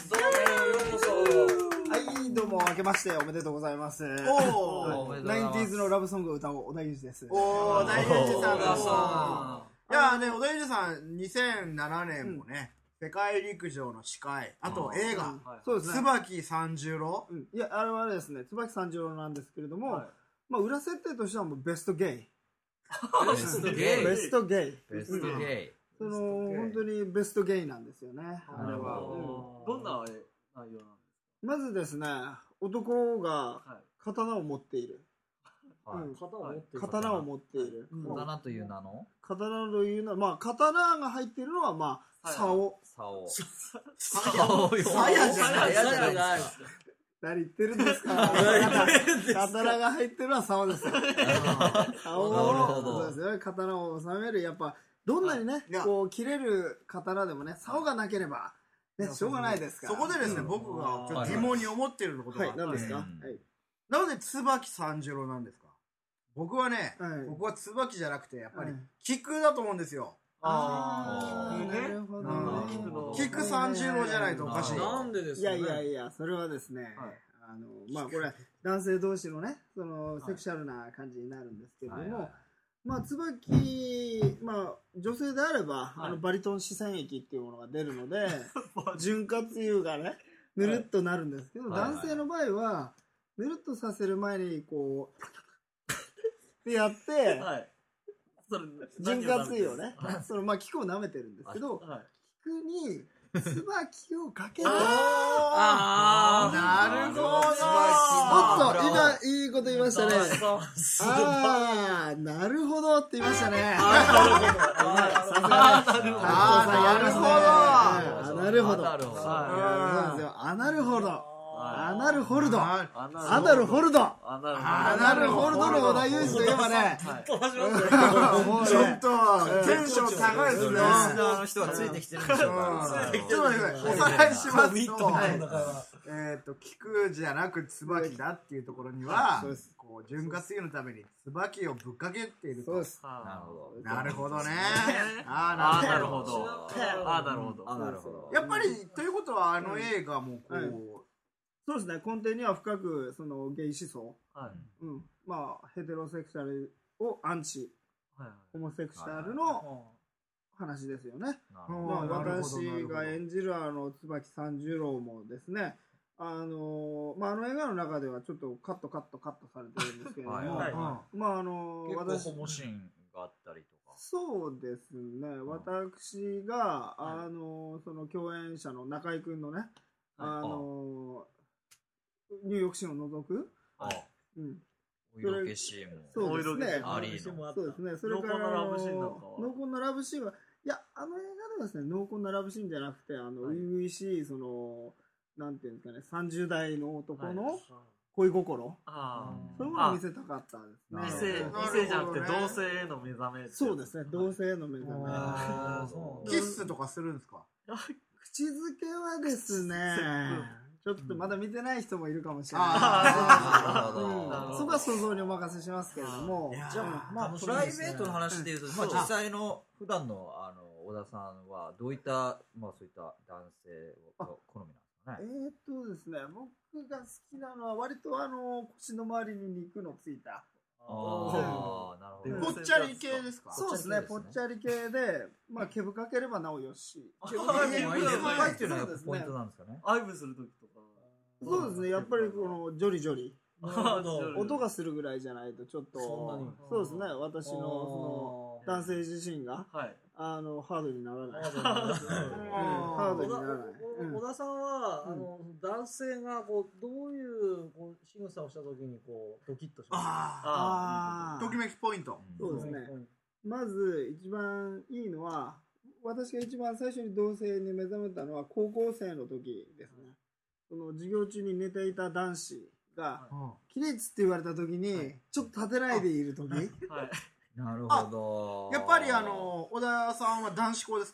どうもようこそ。 はい、どうも、明けましておめでとうございます。 おー、ナインティーズのラブソングを歌う小田裕二です。 おー、小田裕二さんです。いやね、小田裕二さん、にせんななねんもね、世界陸上の司会、あと映画、 そうですね。 椿三十郎。 いや、あれはですね、椿三十郎なんですけれども、まあ、裏設定としてはもうベストゲイ。 ベストゲイ。 ベストゲイ。 ベストゲイ。 その、本当にベストゲイなんですよね、あれは。 どんな内容なんですか？ まずですね、男が刀を持っている。刀を持っている。 刀という名の？ 刀というのは、まあ、刀が入っているのは、まあ、竿。 竿。 竿よ。鞘じゃない。 何言ってるんですか？刀が入ってるのは竿ですよ。竿を、そうですね、刀を収める、やっぱ、どんなにね、こう、切れる刀でもね、竿がなければ、ね、しょうがないですから。 そこでですね、僕が疑問に思っていることがあって。 何ですか？ なぜ椿三十郎なんですか？僕はね、僕は椿じゃなくて、やっぱり、菊だと思うんですよ。 ああ、なるほどね。 菊三十郎じゃないとおかしい。 なんでですか？ いやいやいや、それはですね、あの、まあこれ、男性同士のね、その、セクシャルな感じになるんですけれども、まあ、椿、まあ、女性であれば、あの、バリトン視線液っていうものが出るので、潤滑油がね、ぬるっとなるんですけど、男性の場合は、ぬるっとさせる前に、こう、ってやって、潤滑油をね、その、まあ、菊を舐めてるんですけど、菊に、椿をかける。 ああ、なるほど。 おっと、今、いいこと言いましたね。ああ、なるほどって言いましたね。 ああ、なるほど。 なるほど。あ、なるほど。アナルホルド。アナルホルド。アナルホルドの小田裕二といえばね、 ちょっとテンション高いですね。 リスナーの人がついてきてるんでしょうか。 ちょっと待ってください。おさらいしますと、えっと、菊じゃなく椿だっていうところには、こう、潤滑油のために椿をぶっかけていると。 そうです。 なるほどね。 ああ、なるほど。ああ、なるほど。 あなるほど。 やっぱり、ということは、あの映画もこう、 そうですね、根底には深く、その、ゲイ思想。うん。まあ、ヘテロセクシャルをアンチ、ホモセクシャルの話ですよね。まあ、私が演じるあの、椿三十郎もですね、あの、まあ、あの映画の中ではちょっとカットカットカットされてるんですけれども、まあ、あの、 結構ホモシーンがあったりとか。 そうですね、私が、あの、その共演者の中井くんのね、あの、ニューヨークシーンを除く、 ああ、うん、お色気シーンも、 そうですね、 ありの、 そうですね、それから濃厚なラブシーンなんかは、濃厚なラブシーンは、いや、あの映画ではですね、濃厚なラブシーンじゃなくて、あの、初々しい、その、なんていうんですかね、さんじゅう代の男の恋心、そういうものを見せたかったですね。 異性じゃなくて、同性への目覚め。 そうですね、同性への目覚め。 キスとかするんですか？ 口づけはですね、ちょっとまだ見てない人もいるかもしれない。そこは想像にお任せしますけれども。 じゃあ、まあ、プライベートの話でいうと、まあ、実際の、普段の、あの、小田さんは、どういった、まあ、そういった男性の好みなんですかね。 えーっとですね、僕が好きなのは、割とあの、腰の周りに肉のついた。 ああ、なるほど。 ぽっちゃり系ですか？ そうですね、ぽっちゃり系で、まあ、毛深ければなおよし。 毛深いっていうのがポイントなんですかね。 アイブするときとか。 そうですね、やっぱりこの、ジョリジョリ。音がするぐらいじゃないと、ちょっと、そうですね、私の、その、男性自身が、あの、ハードにならない。ハードにならない。 小田さんは、あの、男性が、こう、どういう、こう、仕草をしたときに、こう、ドキッとしますか？ ああ、ときめきポイント。 そうですね。まず、一番いいのは、私が一番最初に同性に目覚めたのは、高校生の時ですね。その、授業中に寝ていた男子が、起立って言われた時に、ちょっと立てないでいる時。 なるほど。 やっぱりあの、小田さんは男子校ですか？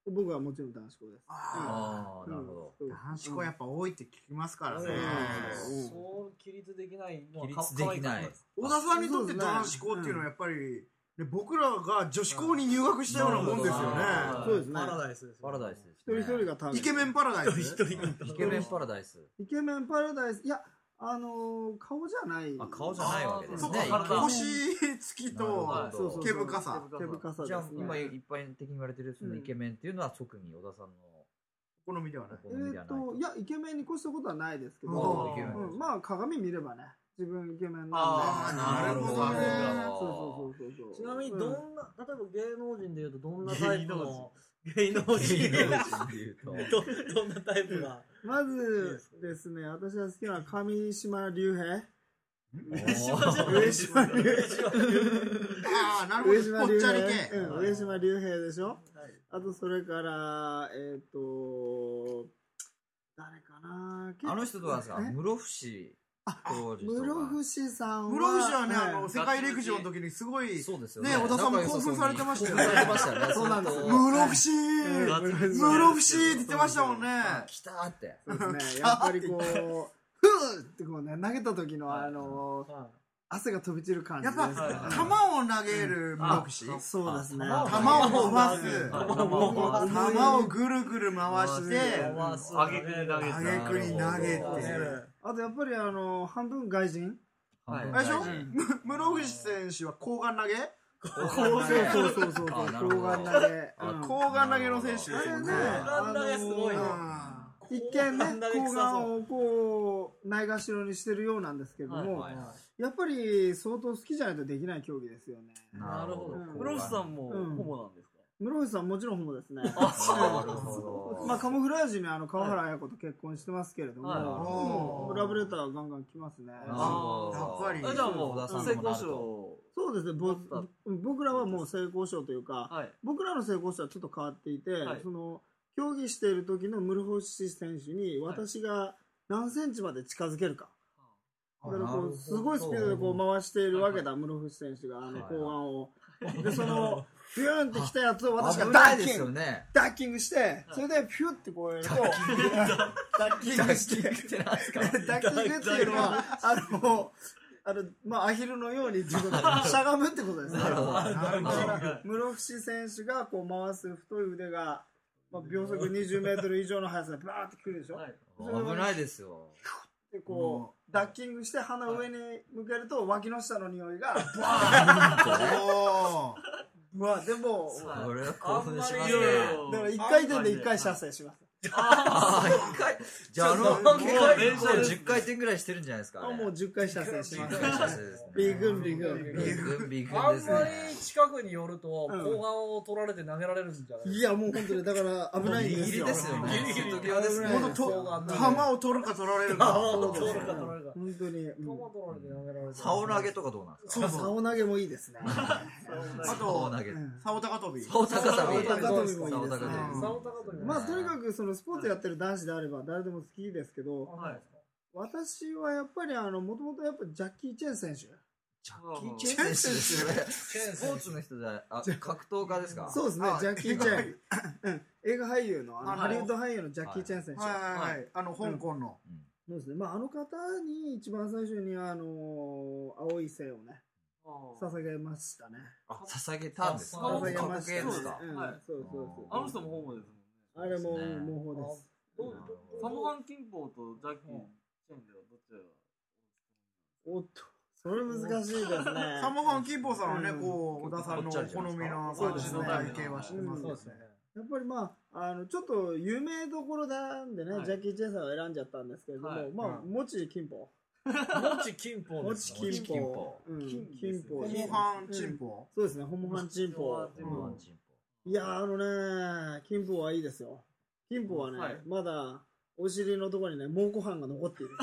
僕はもちろん男子校です。 ああ、なるほど。 男子校やっぱ多いって聞きますからね。 そう起立できないのは起立できない。 小田さんにとって男子校っていうのはやっぱり、で僕らが女子校に入学したようなもんですよね。 そうですね。 パラダイスです。 パラダイスです。 一人一人がターゲット。 イケメンパラダイス。 一人一人。 イケメンパラダイス。 イケメンパラダイス。いや、あのー、顔じゃない。 あ、顔じゃないわけですね。 腰付きと毛深さ。 毛深さ。 じゃあ今一般的に言われてるそのイケメンっていうのは特に小田さんの好みではない。 えっと、いや、イケメンに越したことはないですけど、まあ鏡見ればね。自分イケメンなんで。 ああ、なるほどね。 そうそうそうそう。 ちなみにどんな、例えば芸能人でいうとどんなタイプの芸能人でいうとどんなタイプがまずですね、私が好きなのは上島竜兵。 上島上島竜兵。 ああ、なるほど。 上島竜ぽっちゃり兵。 系。 うん、上島竜兵でしょ。あとそれからえっと誰かな。 あの人とはさ、室伏。 室伏さんは。 室伏はね、あの、世界陸上の時にすごい、 そうですよね。 ね、小田さんも興奮されてましたよね。 そうなんです。 室伏室伏って言ってましたもんね。 来たーって。 そうですね。やっぱりこう、ふーってこうね、投げた時のあの、汗が飛び散る感じやっぱ、球を投げる室伏。 そうですね。 球を飛ばす。球をぐるぐる回して、 あげくに投げて。 あげくに投げて。 あとやっぱりあの、半分外人。 あれでしょ室伏選手は砲丸投げそうそうそうそう。砲丸投げ。 砲丸投げの選手ですよね。 砲丸投げすごいね。 一見ね、睾丸をこう、ないがしろにしてるようなんですけども、やっぱり相当好きじゃないとできない競技ですよね。 なるほど。 室伏さんもホモなんですか？ 室伏さんもちろんホモですね。 あ、なるほど。 まあカモフラージュにあの川原綾子と結婚してますけれども、ラブレターガンガン来ますね。 やっぱり。 じゃあもう成功賞。 そうですね。僕らはもう成功賞というか、僕らの成功賞はちょっと変わっていて、その競技している時の室伏選手に私が何センチまで近づけるか。だからこうすごいスピードでこう回しているわけだ、室伏選手があの睾丸を。でそのピューンってきたやつを私がダッキング、ダッキングして、それでピューってこうやると、ダッキングして、ダッキングっていうのは、あの、あの、まあ、アヒルのように自分がしゃがむってことですね。だから室伏選手がこう回す太い腕が、まあ、秒速にじゅうメートル以上の速さでバーってくるでしょ。 危ないですよ。 でこうダッキングして鼻上に向けると脇の下の匂いがバーンとまあでもそれは興奮しますね。 だから一回転で一回射精します。 ああ、一回。じゃあ、あの、結構じゅっかいてんぐらいしてるんじゃないですか。 あ、もうじゅっかい射精します。 ビーグンビーグン。 ビーグンビーグあんンですね。 まり近くに寄ると、後半を取られて投げられるんじゃない？ いや、もう本当に、だから危ないんですよ。 ギリギリですよね。ギリギリの際ですね。 球を取るか取られるか。 本当に。球取られて投げられる。 竿投げとかどうなんですか？ 竿投げもいいですね。 あと、竿高跳び。 竿高跳び。 竿高跳びもいいですね。まあ、とにかくそのスポーツやってる男子であれば誰でも好きですけど、私はやっぱりあの、もともとやっぱジャッキー・チェン選手。 ジャッキー・チェン選手スポーツの人じゃ、あ、格闘家ですか？ そうですね、ジャッキー・チェン。映画俳優の、ハリウッド俳優のジャッキー・チェン選手。 はいはいはい。あの、香港の。 そうですね。まあ、あの方に一番最初にあの、青い星をね、捧げましたね。 あ、捧げたんですか？ 捧げましたね。 ですか？ そうそうそう。 あの人もホモですもんね。 あれも模倣です。 サモハン・キンポーとジャッキー・チェンではどっちが？ おっと、それ難しいですね。 サモハン・キンポーさんはね、こう、小田さんの好みの感じの体型はしてますね。 やっぱりまあ、あの、ちょっと有名どころなんでね、ジャッキー・チェンさんを選んじゃったんですけれども、まあ、もち金峰。 もち金峰もち金峰。金峰。 ホモハン・チンポそうですね、ホモハン・チンポ。いやー、あのね、金峰はいいですよ。金峰はね、まだ、お尻のところにね、蒙古斑が残っている。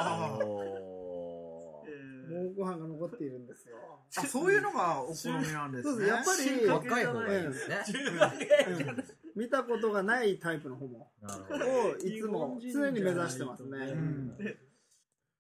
蒙古斑が残っているんですよ。 あ、そういうのがお好みなんですね。 やっぱり、 若い方がいいですね。 見たことがないタイプのホモをいつも常に目指してますね。あ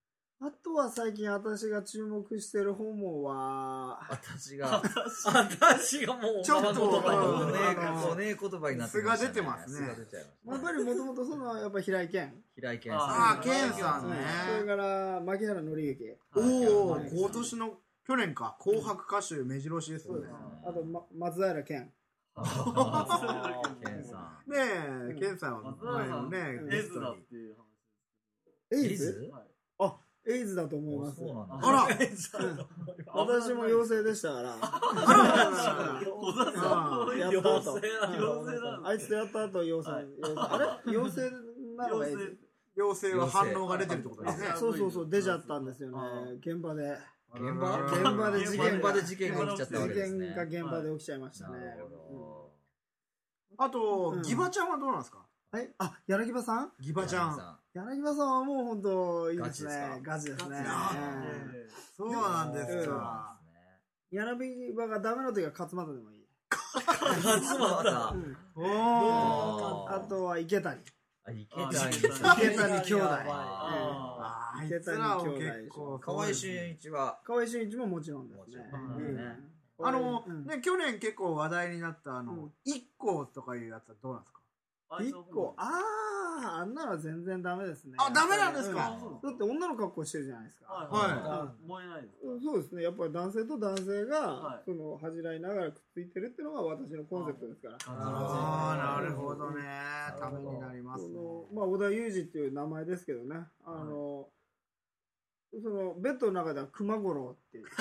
あとは最近私が注目してるホモは、 私が、 私がもう、 ちょっと言葉おうんねおね言葉になってましたね。 素が出てますね素が出ちゃいました。 やっぱりもともとその、やっぱ平井堅。 平井堅さん。 ああ、ケンさんうんね。 それから、牧原紀之。 おお、 はい今年の、去年か、紅白歌手目白押しですよね。 あと、ま、松平健。 あーケンさん。 ねえ、ケンさんは前もね、ゲエイズだっストに。 ていう話。 エイズエイズあ、エイズだと思います。 そうなんだ。 あら私も陽性でしたから。 小田さん、 やった後。 陽性なんだ。 あいつとやった後陽性。 はい陽性あれ陽性なのがエイズ。 陽性は反応が出てるってことですね。 そうそうそう、出ちゃったんですよね。現場で。 現場現場で事件現場で事件が起きちゃったわけ事ですね。 件が現場で起きちゃいましたね。 なるほあとう、んギバちゃんはどうなんですか？ はい。あ、柳葉さんど。 ギバちゃん。 さ柳葉さんはもう本当いいですね。 ガガチですね。 ガそうなんですそうか。 なんですね。 柳葉がダメな時は勝俣でもいい。 勝俣。 うんおお。 あとは池谷。 あ、池あ谷。 池谷兄弟。 ああいつらを結構。 河合俊一は、 河合俊一ももちろんですね。 もちろんねうんあのうん、 ね、去年結構話題になった、あのうん、 一個とかいうやつはどうなんですか？ 一個、ああ、あんなのは全然ダメですね。 あダメなんですかうんだって女の格好してるじゃないですか。 はい燃えないです。 そうですね。やっぱり男性と男性がは、いその、恥じらいながらくっついてるっていうのが私のコンセプトですから。 ああ、なるほどね。ためになりますね。 その、まあ、小田裕二っていう名前ですけどね。あの、その、ベッドの中では熊五郎っていう。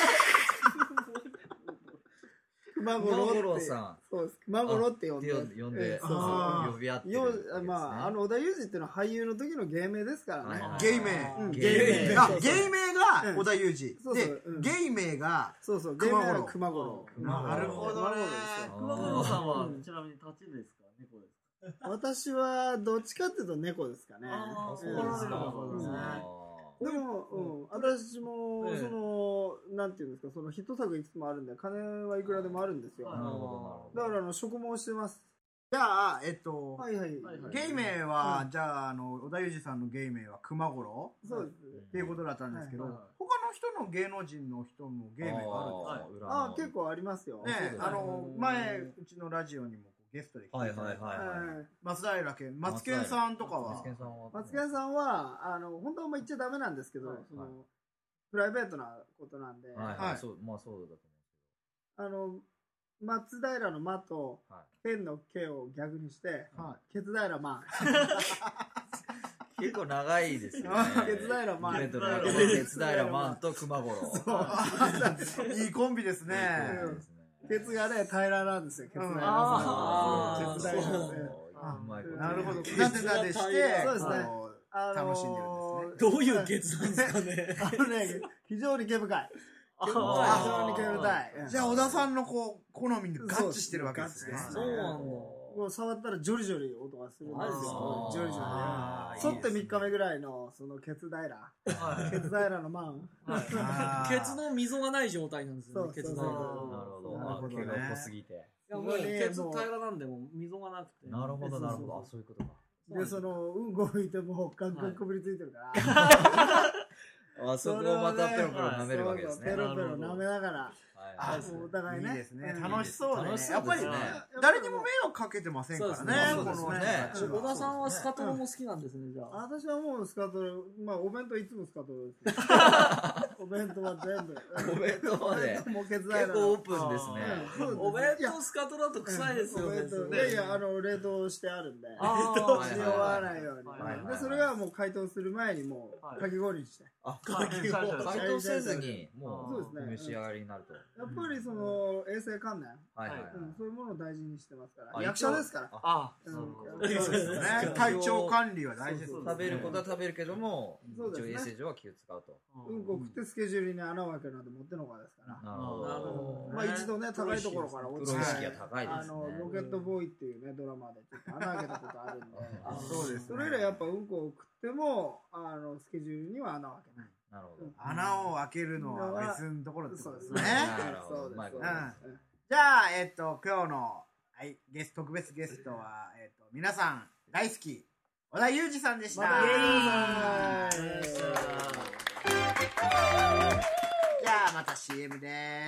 熊五郎って熊五郎さんそうです。熊五郎って呼んで。 呼んで、呼んでええそうそうあー呼び合ってるよわけですね。 まあ、あの、小田裕二っていうのは俳優の時の芸名ですからね。 はいはいゲイ名。 うんゲイ芸名。 あそう、そうゲイ名が織田裕二。 そうでそううん、 ゲイ名が、 そうそう、芸名は熊五郎。 熊五郎なるほどね。 熊五郎ですよ熊本さんはうんちなみに立ちですか猫ですか？ 私は、どっちかっていうと猫ですかね。 あーそうですか。 うんそうですねでも、うん、私も、 ええその、なんていうんですか、そのヒット作いくつもあるんで、金はいくらでもあるんですよ。 はいなるほど、 だから、あの、職もしてます。 じゃあ、えっと、 はいはい。 はいはいゲイ名は、じゃあ、あの、織田裕二さんのゲイ名は熊五郎そうです。 っていうことだったんですけど、 はいはい他の人の芸能人の人もゲイ名があるんですか？ ああ、結構ありますよ。 ねそうですねあの、前、うちのラジオにもゲストで来ていただいて、 はいはいはいはい松平健、松健さんとかは松、健さんは。 松健さんは、あの、本当はあんま言っちゃダメなんですけど、 はいその、 はいプライベートなことなんで、 はいははいい。そう、まあそうだとあの、松平の間と、 思う。はい。 天の毛を逆にして、 はケツ平マン。 結構長いですよね。 ケツ平マン。 イベントの中で、ケツ平マンと熊五郎。 いいコンビですね。 うんケツがね、平らなんですよ、ケツ平うんマン。 あーケツ平らなんで。 うまいことなるほど。 ケなでなでして、 そうですねこうあのー楽しんでるんですね。 どういうケツなんですかね。 あのね、非常に毛深い。非常に毛深い。うんじゃあ、小田さんのこう、好みに合致してるわけですね。 そうですそうなんだ。 こう触ったらジョリジョリ音がするんですマジですよか。 ジョリジョリ。 あーそってみっかめぐらいの、そのケツ平。ケツ平のマン。 あーケツの溝がない状態なんですよね、ケツそうそうの。 そうなるほど。 なるほどね毛が濃すぎて。 いやもうケツ平らなんで、もう溝がなくて。 なるほど、なるほど。 そうそうそうあ、そういうことか。 で、その、うんこ拭いても、ガンガンこびりついてるから。 あ、そこをまたペロペロ舐めるわけですね。 ペロペロ舐めながら、 はいお互いね。 いいですね。 うん楽しそうでね。 楽しそやっぱりうですね。 誰にも迷惑かけてませんからね。 そうですねこのそうですね人たちは小田さんはスカトロも好きなんですね、じゃあ。 私はもうスカトロ、まあお弁当いつもスカトロですよ。お弁当は全部。 お弁当まで。 もうケツ結構オープンですね。 そうですお弁当スカトロだと臭いですよね。 お弁当いやいや、あの、冷凍してあるんで。 あ冷凍し終わらないように。 はいはいはいで、それがもう解凍する前にもう、 はいかき氷にして。 あ、 はい解凍せずに、もそうですねう、召し上がりになると。 やっぱりその、衛生観念、 はいはい。 うん、そういうものを大事にしてますから。 あ役者ですから。 あ、 うんそうそうですね。体調管理は大事です。 食べることは食べるけども、 そうですね一応衛生上は気を使うと。 うんこ食ってスケジュールに穴を開けるなんてもってのほかですから。 なるほなるほど。 まあ一度ね、高いところから落ちて、 プロ意識が高いですね。 あの、ロケットボーイっていうね、ドラマでちょっと穴開けたことあるんで、 あそうですねそれ以来やっぱうんこを食っても、あの、スケジュールには穴を開けない。 なるほど。 穴を開けるのは別のところってことですね。 なるほどそうです。 うまいことうんじゃあ、えっと、今日の、はい、ゲスト、特別ゲストは、えっと、皆さん大好き、 小田裕二さんでした。 またイエーイ。 イじゃあまた シーエム です。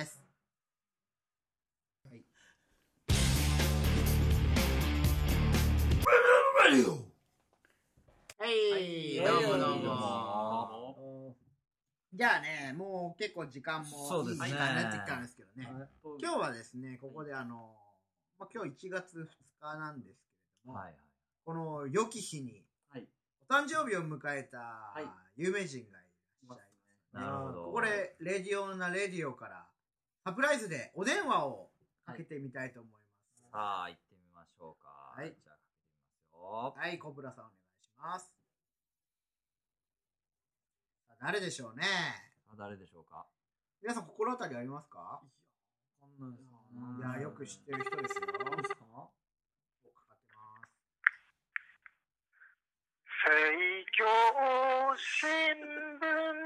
はい、はい、どうもどうも。じゃあね、もう結構時間もいい時間になってきたんですけどね。今日はですね、ここであの、まあ、今日いちがつふつかなんですけれども、はい、この良き日に、はい、お誕生日を迎えた有名人がいらっしゃいます、ね。なるほど。ここでレディオなレディオからサプライズでお電話をかけてみたいと思います。 はい、さあ、行ってみましょうか。はい。じゃあかけてみますよ。 はい、小倉さんお願いします。誰でしょうね。 誰でしょうか。 皆さん心当たりありますか？ いや、わかんないですいや、よく知ってる人ですよ。何ですか？かかってます。 政教新聞。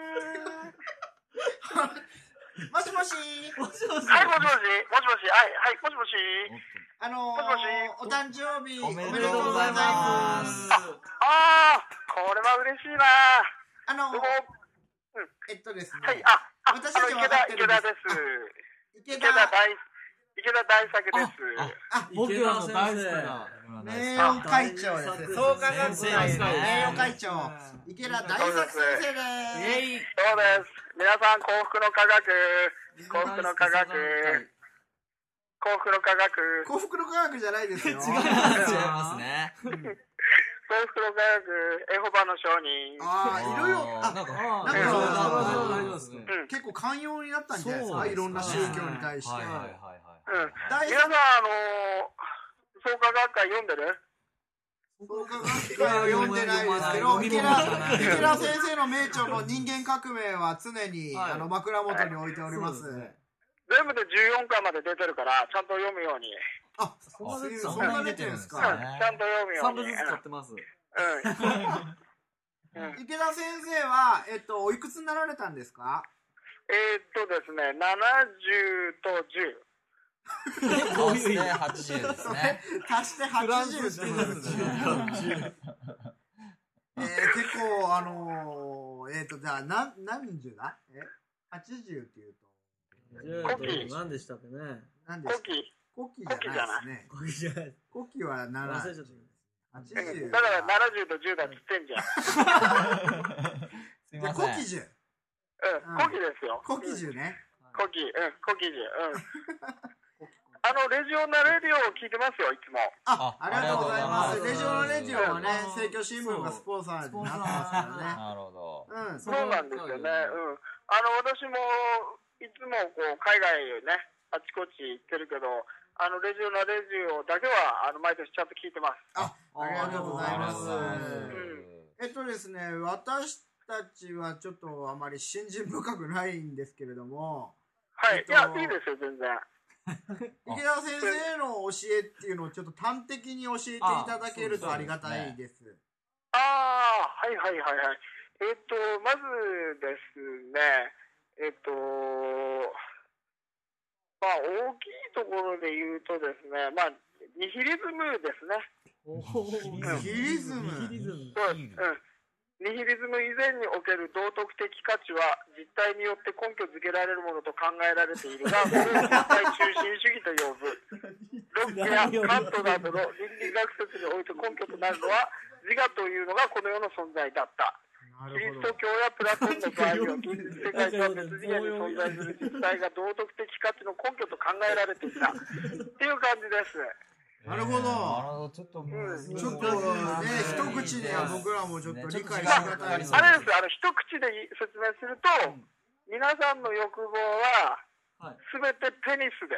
もしもし。 もしもし。はい、もしもし。もしもし。はい、はい、もしもし。 あのー、 もしもし。 お誕生日おめでとうございます。 あ、あー、これは嬉しいな。 あのー、 どうも。 うん、えっとですね。 はい、あ、あ私たちは分かってるんです。 池田です。池田大、池田大作です。 あ、僕らの大好きな名誉会長ですね。創価学会の名誉会長、池田大作先生です。 そうです。皆さん、幸福の科学、幸福の科学、幸福の科学。 幸福の科学じゃないですよ。 違いますね。 幸福の科学、エホバの証人。 ああ、いろいろ、あ、なんか、なんか、結構寛容になったんじゃないですか、いろんな宗教に対して。 皆さん、あの、創価学会読んでる？ 創価学会は読んでないですけど、池田、池田先生の名著の人間革命は常に、あの、枕元に置いております。 全部でじゅうよんかいまで出てるから、ちゃんと読むように。 あ、そんな出てるんですか？ ちゃんと読むように。 さんぶんずつ買ってます。 池田先生は、えっと、おいくつになられたんですか？ えっとですね、ななじゅうとじゅう。 足してはちじゅうですね。 足してはちじゅうってことですね。えー、結構、あのー、えっと、じゃあ、な、何十だえ ?はちじゅう っていうと。 コキ。 何でしたっけね。 何でしたっけ？コキじゃないですね。 コキじゃない。 コキはななじゅう。はちじゅう。 だからななじゅうとじゅうだって言ってんじゃん。 じゃあコキじゅう。 うん、コキですよ。 コキじゅうね。 コキ、うん、コキじゅう。うん。あの、レジオナレディオを聞いてますよ、いつも。 あ、ありがとうございます。レジオナレディオはね、政教新聞がスポンサーになってますからね。 なるほど。 うん、 そうなんですよね。うん。あの、私も、いつもこう、海外ね、あちこち行ってるけど、あの、レジオナレディオだけは、あの、毎年ちゃんと聞いてます。 あ、ありがとうございます。えっとですね、私たちはちょっとあまり信心深くないんですけれども。 はい。いや、いいですよ、全然。 池田先生の教えっていうのをちょっと端的に教えていただけるとありがたいです。 ああ、はいはいはいはい。えっと、まずですね、えっと、まあ、大きいところで言うとですね、まあ、ニヒリズムですね。 ニヒリズム。 そうです。うん。ニヒリズム以前における道徳的価値は実態によって根拠づけられるものと考えられているが、これを実体中心主義と呼ぶ。ロックやカントなどの倫理学説において根拠となるのは、自我というのがこの世の存在だった。キリスト教やプラトンの場合には現実世界とは別次元に存在する実体が道徳的価値の根拠と考えられていた。っていう感じです。 なるほど。なるほど。ちょっと、ちょっとね、一口では僕らもちょっと理解しがたい。 あれです、あの、一口で説明すると、皆さんの欲望は、すべてペニスです。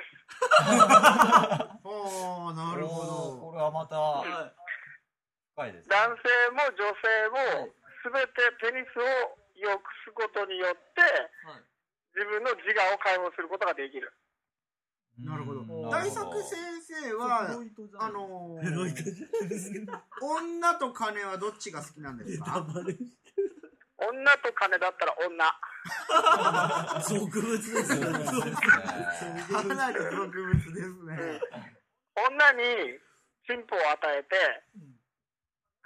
おー、なるほど。 これはまた、深いです。 男性も女性も、すべてペニスを良くすことによって、自分の自我を解放することができる。 なるほど。大作先生は、あのー、女と金はどっちが好きなんですか？ 女と金だったら女。 俗物ですね。 かなり俗物ですね。 女に進歩を与えて、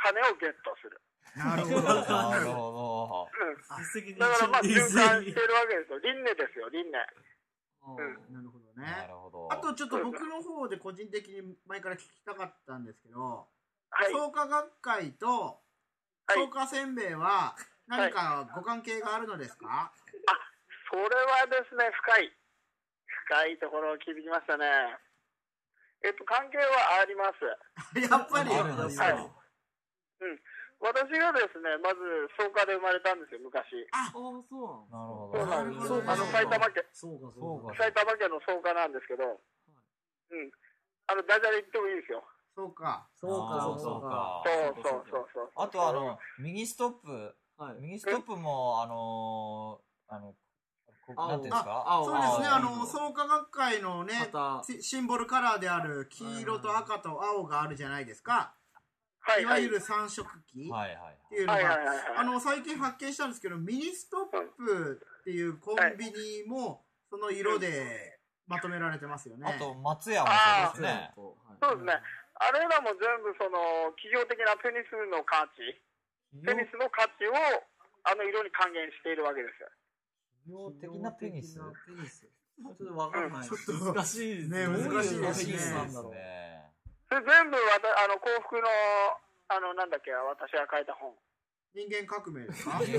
金をゲットする。 なるほど。 なるほど。 うん。 一石二だからまあ鳥循環してるわけですよ。輪廻ですよ、輪廻。 うんなるほどなね。 るほど。 あとちょっと僕の方で個人的に前から聞きたかったんですけど、 はい。 創価学会とはい創価せんべいは何かご関係があるのですか？ それはですね、深い。深いところを聞いてきましたね。えっと、関係はあります。 やっぱり。 あるんですはい。 か。 うん。私がですね、まず創価で生まれたんですよ、昔。 あ、そうなるほど。 そうなんです。 そうかあの、埼玉県、 そうか、 そそううか。 か。 埼玉県の創価なんですけど、うん。あの、ダジャレ言ってもいいですよ。 そうか。 そうか、 あーそうか。 そうそうそうそう。 あとあの、右ストップ、 はい。 右ストップも、あのー、あの、こ青なんていうんですか青そうですね、 青あの、創価学会のね、 旗シシンボルカラーである黄色と赤と青があるじゃないですか。 はいはい。 いわゆる三色旗はいはいっていうのはいはいが、 はいはい。 あの、最近発見したんですけど、ミニストップっていうコンビニも、その色でまとめられてますよね。 あと、松屋もそうですね。 そうですね。あれらも全部その、企業的なテニスの価値、テニスの価値を、あの色に還元しているわけですよ。 企業的なテニステニス。ちょっとわかんない。 ちょっと難しいですね難しいですねどういうテニスなんだろう。 ね。 それ全部わた、あの、幸福の、あの、なんだっけ、私が書いた本。 人間革命ですか？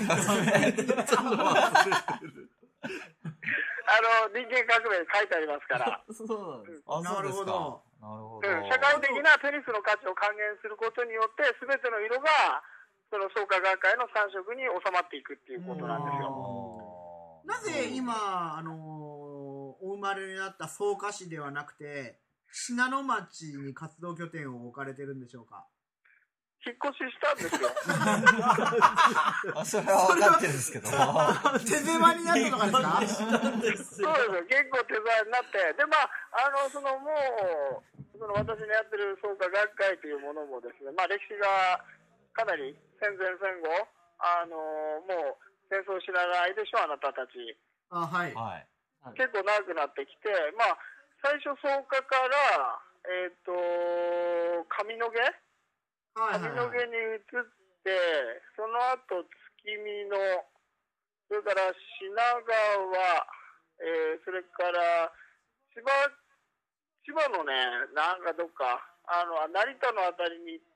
あの、人間革命に書いてありますから。 そうなんです。 あ、 なるそうですか。 ほどなるほど。 うん、社会的なテニスの価値を還元することによって、すべての色が、その創価学会のさん色に収まっていくっていうことなんですよ。 あーなぜ今、あのーお生まれになった草加市ではなくて、信濃町に活動拠点を置かれてるんでしょうか？ 引っ越ししたんですよ。 あ、それは分かってるんですけど。 手狭になったとかですか？ そうですよ。結構手伝いになって。で、まあ、あの、そのもう、その私のやってる創価学会というものもですね、まあ歴史がかなり戦前戦後、あの、もう戦争知らないでしょ、あなたたち。 あ、はい。 はい。 結構長くなってきて、まあ、最初創価から、えっ、と、上野毛はいはいはい。 上野毛に移って、その後月見の、それから品川、えー、それから千葉、千葉のね、なんかどっか、あの、成田のあたりに行って、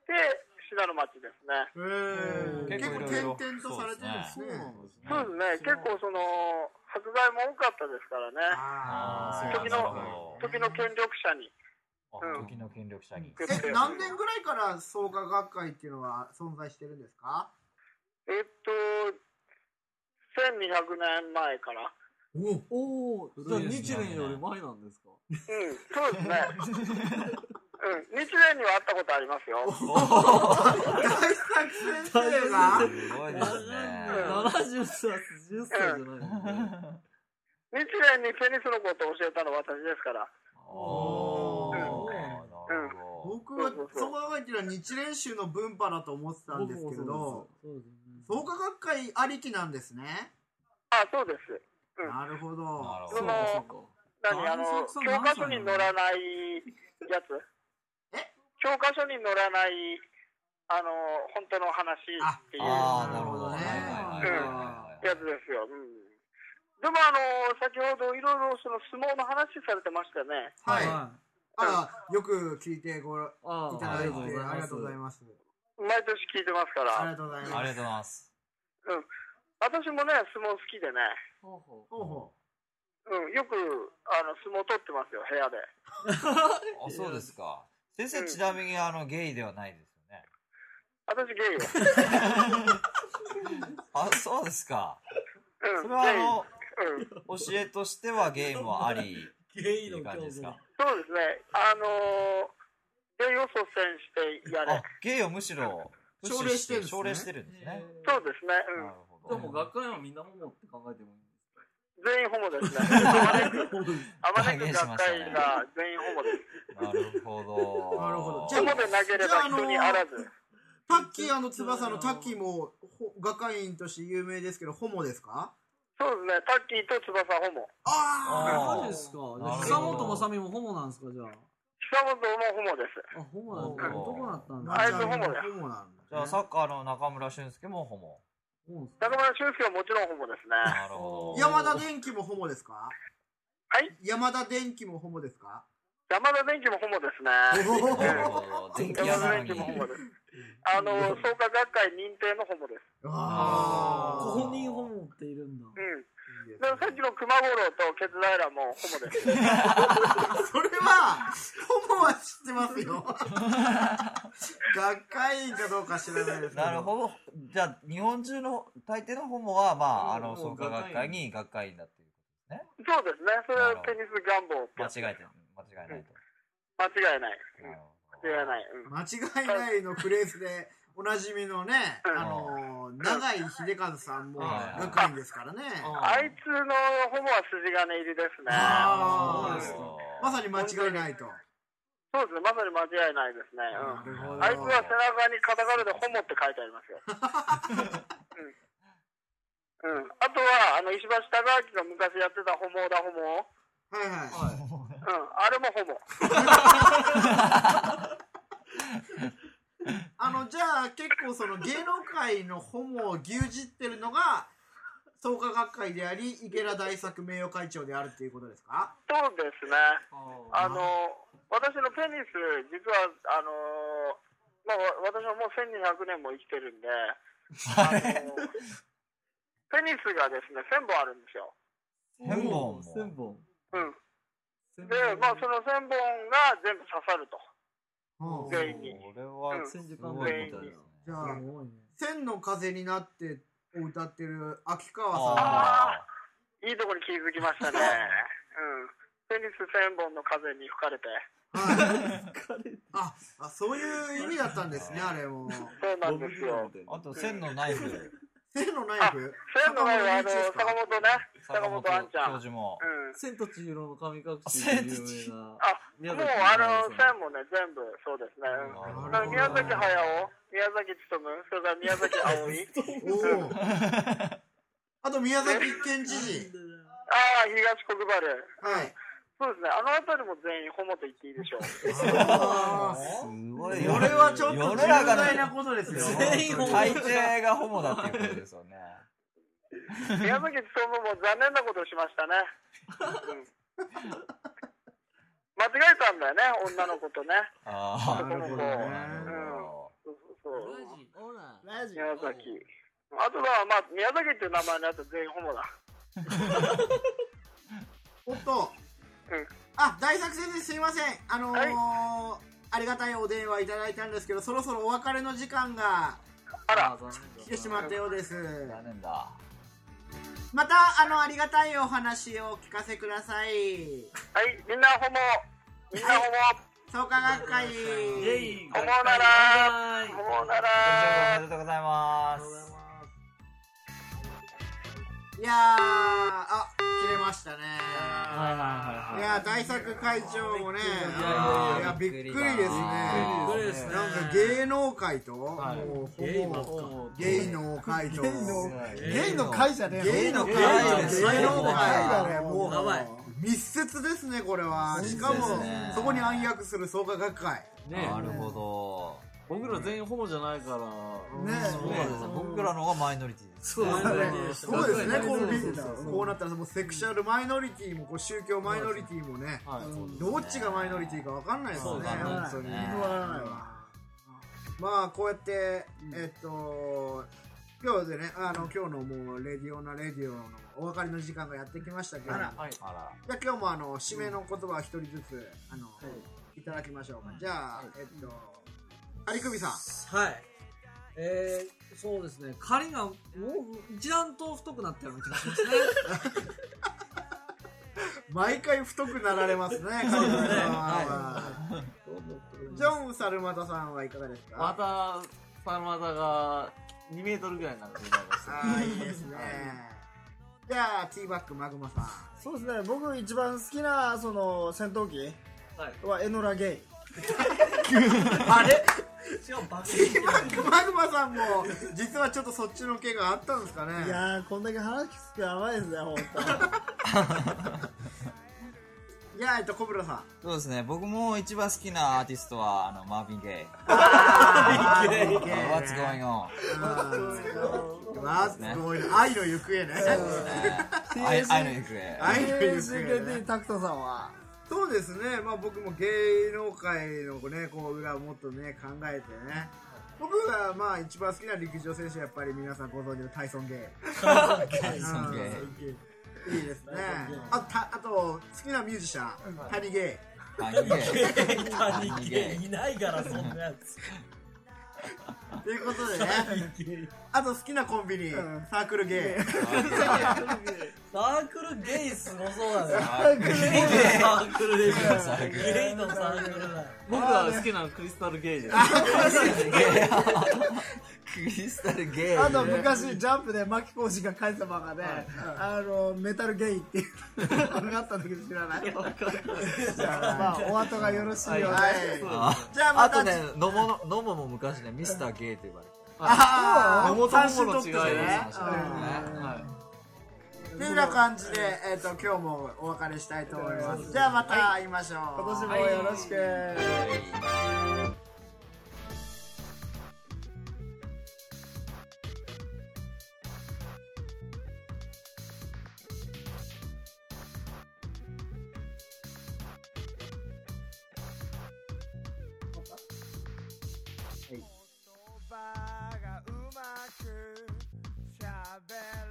信濃町ですね。 えー、結構結構いろいろ転々とされてるんですね。 そうですね、結構その、迫害も多かったですからね。 あーあー時なるほどの、時の権力者に。 あうん時の権力者に。 え、何年ぐらいから創価学会っていうのは存在してるんですか？ えっと、せんにひゃくねんまえから。 おお、じゃあ日蓮より前なんですか？ うん、そうですね。うん、日蓮には会ったことありますよ。 大作先生がすごいですね。 ななじゅっさい、じゅっさいじゃないんで。 日蓮にテニスのことを教えたのは私ですから。 おーうんなるほど。 僕は創価学会っていうのは日蓮宗の分派だと思ってたんですけれど、 そうですね。 創価学会ありきなんですね。 あ、そうです。うんなるほど。 そのなるほど。 何あの、 大作さん教科書に載らないやつえ教科書に載らない、あの、本当の話っていうああ、なるほどね。 なるほどねはいはいはいはいやつですよ。うん。でもあの、先ほどいろいろその相撲の話されてましたよね。 はい。 はあよく聞いてごいあただいてありありがとうございます。 毎年聞いてますかありら。 がとうございます。 ありがとうございます。 うん。私もね、相撲好きでね。 ほうほほうほうん。よく、あの、相撲取ってますよ、部屋で。 あ、そうですか。先生、ちなみに、あの、ゲイではないですよね。 私ゲイよ。 あ、そうですか。 うん。 それは、あの、 ゲイ。うん。 教えとしてはゲイもあり、 ゲイっていうの競争感じですか。 そうですね。あのー、ゲイを率先してやれあ。、ゲイをむしろ、 奨励してるんですね奨励してるんですね。 そうですね。 なるほど。 でも学会はみんなホモって考えてもいいんですか？ うん。全員ホモですね。あまねく、あまねく学会が全員ホモです。 なるほど。 なるほどホモでなければ人にあらず。 う。タッキー翼のタッキーもほ学会員として有名ですけど、ホモですか？ そうですね。タッキーと翼ホモ。 ああーマジですか？ なるほど久本雅美もホモなんですか？じゃあ。 久本もホモです。 あ、ホモなんですか？ おー男だったんだ。 あいつホモだよホモなんだ。 じゃあ、サッカーの中村俊輔もホモ。 中村俊輔はもちろんホモですね。 なるほど。 山田電機もホモですか？ はい山田電機もホモですか？ 山田電機もホモですね。 電気山田屋なのに。 電機もホモです。あの、創価学会認定のホモです。 あー公認ホモっているんだ。 うん。でさっきの熊五郎とケツダイラもホモです。 それは、ホモは知ってますよ。学会員かどうか知らないですけど。 なるほど。じゃあ、日本中の大抵のホモは、まあ、あの、創価学会に学会員だっていうことですね。 そうですね。それはテニス願望って間違えてる。間違いないと。 間違いない。 なるほど間違いない。うん、 間違いないのフレーズでおなじみのね、 うんあの、長井秀和さんもはい学員ですからね。 あいつのホモは筋金入りですね。 あーうんまさに間違いないと。 そうですね。まさに間違いないですね。うん。あいつは背中にカタカナでホモって書いてありますよ。うん。うん。あとは、あの、石橋貴明が昔やってたホモだホモ。 はいはい。 うん。あれもホモ。 あの、じゃあ結構その芸能界のホモを牛耳ってるのが、創価学会であり、池田大作名誉会長であるっていうことですか？ そうですね。あの、私のペニス、実は、あの、まあ、私はもうせんにひゃくねんも生きてるんで、あの、ペニスがですね、せんぼんあるんですよ。 千本も。 千本。 うん。で、まあ、そのせんぼんが全部刺さると。 うん全員に。 これはうんすごいことですね。 じゃあ、 すごいね。 千の風になってを歌ってる秋川さんは、 ああ、いいところに気づきましたね。うん。ペニスせんぼんの風に吹かれて。 はい、ああ、そういう意味だったんですね、あれも。 そうなんですよ。 あと、千のナイフ。 千のナイフ千のナイフは、あの、 坂坂本ね。坂本あんちゃん。 教授も。 うん。 千と千尋の神隠しで有名な。 あ、もうあの、線もね、全部そうですね。うん。だから宮崎駿、宮崎勉、それから宮崎葵。 おお。あと宮崎県知事。 ああ、東国原。 はい。 そうですね。あの辺りも全員ホモと言っていいでしょう。 あすごい。 これはちょっと重世の中大なのことですよ。 全員ホモ大抵がホモだっていうことですよね。 宮崎勉も残念なことをしましたね。うん、間違えたんだよね、女の子とね。 ああ。 男の子。うん。そうそうそう。宮崎。あとは、まあ、宮崎っていう名前のやつは全員ホモだ。 おっと。 うん。 あ、大作先生すいません。あのーはありがたいお電話いただいたんですけど、そろそろお別れの時間があら。 来てしまったようです。 残念だ。 また、あの、ありがたいお話をお聞かせください。 はい、みんなホモ。みんなホモ。 創価学会。 イェイホモならホモなおらめでとうございます。 いやー、あ、切れましたね。 はいはいはいいやー、大作会長もね、 いやあのいや、びっくりですね。 びっくりですねなんか芸能界と、 はいもう、 ゲイほぼの芸能界と、 ゲイの会じゃねえ芸能界ゲイと芸能界だね、 ももうやばい、 密接ですね、これは。しかも密接ですね、 そこに暗躍する創価学会。 ねなるほど。 僕ら全員ホモじゃないから。 ねそうですね。僕らの方がマイノリティです。 そうですね。 そうですね、こうそうそうそうこうなったらもうセクシャルマイノリティもこう宗教マイノリティもね、 はい。 どっちがマイノリティかわかんないですね、 そうだね本当に。 ねわからないわ。まあこうやって、えっと今日でね、あの今日のもうレディオなレディオのお別れの時間がやってきましたけど、じゃあはい。 あ今日もあの締めの言葉を一人ずつあの、い、ただきましょうか。じゃあ、えっとアリクビさん。 はい。えー、そうですね。狩りがもう一段と太くなったような気がしますね。 毎回太くなられますね、カリクビさんは。ジョン・サルマタさんはいかがですか？ また、サルマタがにメートルぐらいになると思います。 ああ、いいですね。じゃあ、ティーバックマグマさん。 そうですね、僕一番好きなその戦闘機はエノラゲイ。 あれ違う、バティーバックマグマさんも、実はちょっとそっちの毛があったんですかね。 いやー、こんだけ話聞くとやばいですね、ほんと。 じゃあ、えっと、コブラさん。 そうですね。僕も一番好きなアーティストは、あの、マーヴィン・ゲイ。 あ What's going on? What's going on? 愛の行方ね。 愛愛の行方。 愛の行ティーエスシーケーティー方ね。 タクトさんはそうですね。まあ僕も芸能界のね、こう裏をもっとね、考えてね。僕がまあ一番好きな陸上選手はやっぱり皆さんご存知のタイソン・ゲイ。 タイソン・ゲイ。 いいですね。あたあと好きなミュージシャン、タニ・ゲタニゲイ。 タニゲイいないから、そんなやつ。 イ。ということでね。あと好きなコンビニ、サークルゲイ。 サークルゲイすごそうだね。 サークルゲイのサークルでしょ。 サークルゲイのサークルだ。 僕は好きなのクリスタルゲイです。 クリスタルゲイ。 あと昔ジャンプで牧浩二が書いてた漫画で、あのメタルゲイっていう漫画があったんだけど知らない。まあお後がよろしいようで。 はい。 あじゃあまたあとね、ノモのノモも昔ね、ミスターゲイと呼ばれてあ桃と桃の違いです。 ね。 はっていうような感じで、えっと今日もお別れしたいと思います。じゃあまた会いましょう。 今年もよろしく。 言葉がうまくしゃべ